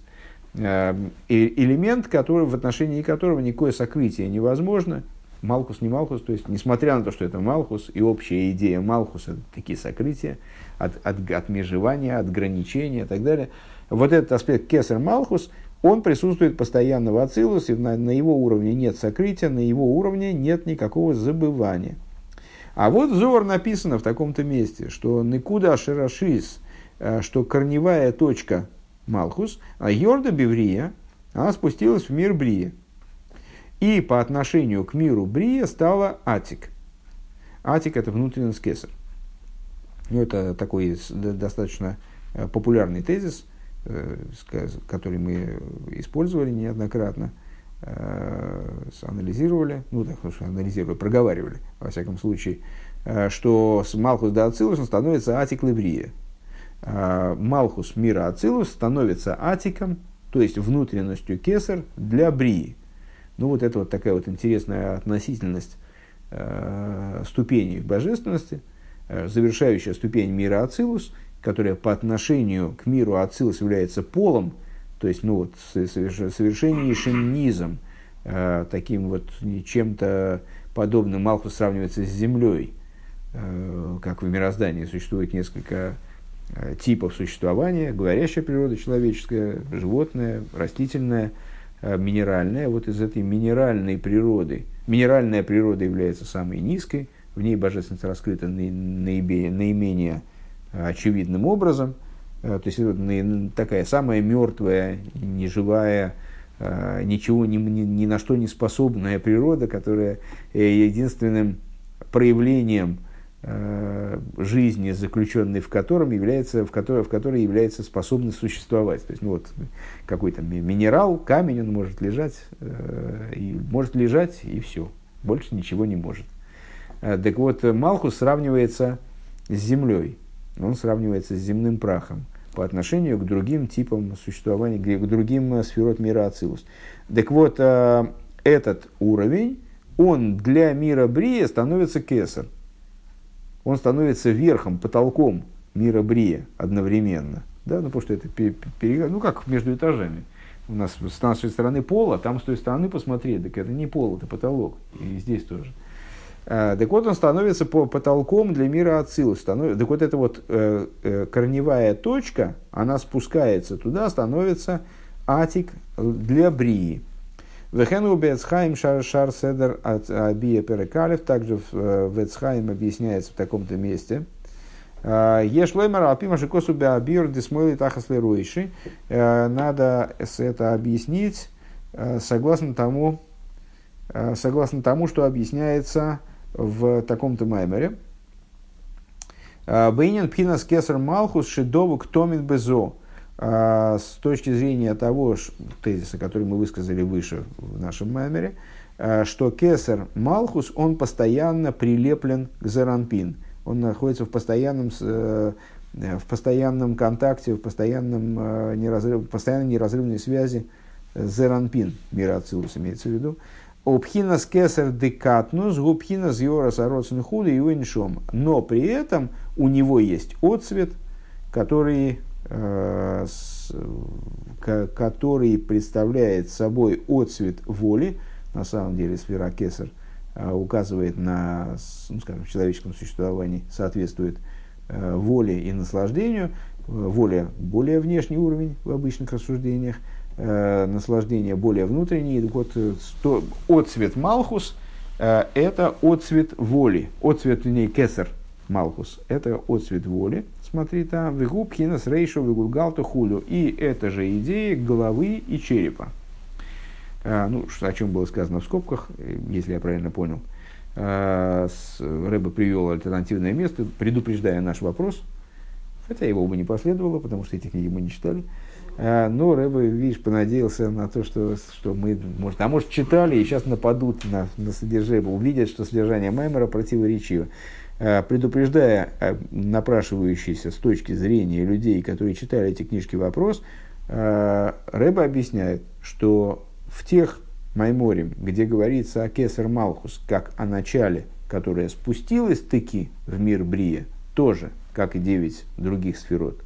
Элемент, который, в отношении которого никакое сокрытие невозможно. Малхус не Малхус, то есть, несмотря на то, что это Малхус, и общая идея Малхуса – такие сокрытия, отмежевания, отграничения и так далее. Вот этот аспект Кесар Малхус, он присутствует постоянно в Ацилус, и на его уровне нет сокрытия, на его уровне нет никакого забывания. А вот в Зоар написано в таком-то месте, что Никуда Ашерашис, что корневая точка Малхус, а Йорда Беврия, она спустилась в мир Брия. И по отношению к миру Брия стала Атик. Атик – это внутренность Кесар. Ну, это такой достаточно популярный тезис, который мы использовали неоднократно, анализировали, проговаривали, во всяком случае, что с Малхус до Ацилус он становится Атик Леврия. Малхус мира Ацилус становится Атиком, то есть внутренностью Кесар для Брии. Ну, вот это вот такая вот интересная относительность ступеней в божественности, завершающая ступень мира Ацилус, которая по отношению к миру Ацилус является полом, то есть, ну, вот, совершеннейшим низом, таким вот чем-то подобным. Малхус сравнивается с землей, как в мироздании существует несколько типов существования: говорящая природа человеческая, животная, растительная, минеральная. Вот из этой минеральной природы, минеральная природа является самой низкой, в ней божественность раскрыта наименее очевидным образом. То есть это такая самая мертвая, неживая, ничего ни на что не способная природа, которая единственным проявлением жизни, заключенной в котором является, в которой является способность существовать. То есть, ну, вот, какой-то минерал, камень, он может лежать и все, больше ничего не может. Так вот, Малхус сравнивается с землей, он сравнивается с земным прахом по отношению к другим типам существования, к другим сферот мира Ацилус. Так вот, этот уровень, он для мира Брия становится Кесар. Он становится верхом, потолком мира Брия одновременно. Да? Ну, потому что это ну, как между этажами. У нас с нашей стороны пол, а там с той стороны посмотреть. Так это не пол, это потолок. И здесь тоже. Так вот, он становится потолком для мира Ацилус. Так вот, эта вот корневая точка, она спускается туда, становится Атик для Брии. Вехену Бецхайм Шар Седер от Абия Перекалев, также в Бецхайм объясняется в таком-то месте. Ешлоймар Алпима Шикосу Беабир Дисмойли Тахасли Ройши. Надо это объяснить согласно тому, что объясняется в таком-то маймере. Бейнин Пхинас Кесар Малхус Шидову Ктомин Безо. С точки зрения того тезиса, который мы высказали выше в нашем маймере, что Кесар Малхус, он постоянно прилеплен к Зеранпин. Он находится в постоянном контакте, в постоянной неразрывной связи с Зеранпин, мира Ацилус имеется в виду. Обхинас Кесар декатнус, губхинас йорас ароцин худы и уиншом. Но при этом у него есть отцвет, который представляет собой отцвет воли. На самом деле сфера Кесар указывает на, ну, скажем, в человеческом существовании соответствует воле и наслаждению. Воля – более внешний уровень в обычных рассуждениях, наслаждение более внутренний. Вот, отцвет Малхус – это отцвет воли, отцвет в ней Кесар Малхус – это отцвет воли. Смотри там, вегуб хинас рейшу вегулгалту хулю. И это же идея головы и черепа. Ну, о чем было сказано в скобках, если я правильно понял. Рэбе привел альтернативное место, предупреждая наш вопрос, хотя его бы не последовало, потому что эти книги мы не читали. Но Рэбе, видишь, понадеялся на то, что мы, может, читали и сейчас нападут на содержание, увидят, что содержание Маймера противоречиво. Предупреждая напрашивающийся с точки зрения людей, которые читали эти книжки, вопрос, Рэбе объясняет, что в тех Майморим, где говорится о Кесар Малхус, как о начале, которое спустилось таки в мир Брия, тоже, как и 9 других сферот,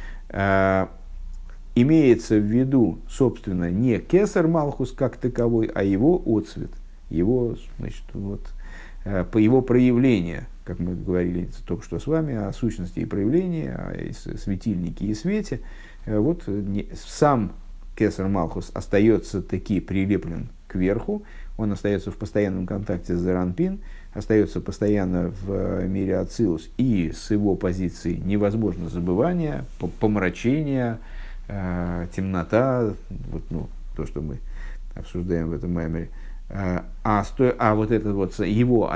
имеется в виду, собственно, не Кесар Малхус как таковой, а его отцвет, его, значит, по его проявление, как мы говорили только что с вами, о сущности и проявлении, о светильнике и свете. Вот сам Кесар Малхус остается таки прилеплен кверху, он остается в постоянном контакте с Зеранпин, остается постоянно в мире Ацилус, и с его позиции невозможно забывание, помрачение, темнота, то, что мы обсуждаем в этом маймере. А вот это вот его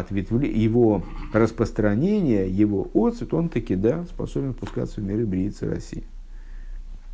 распространение, его отцвет, он таки, да, способен пускаться в миры Бриицы России.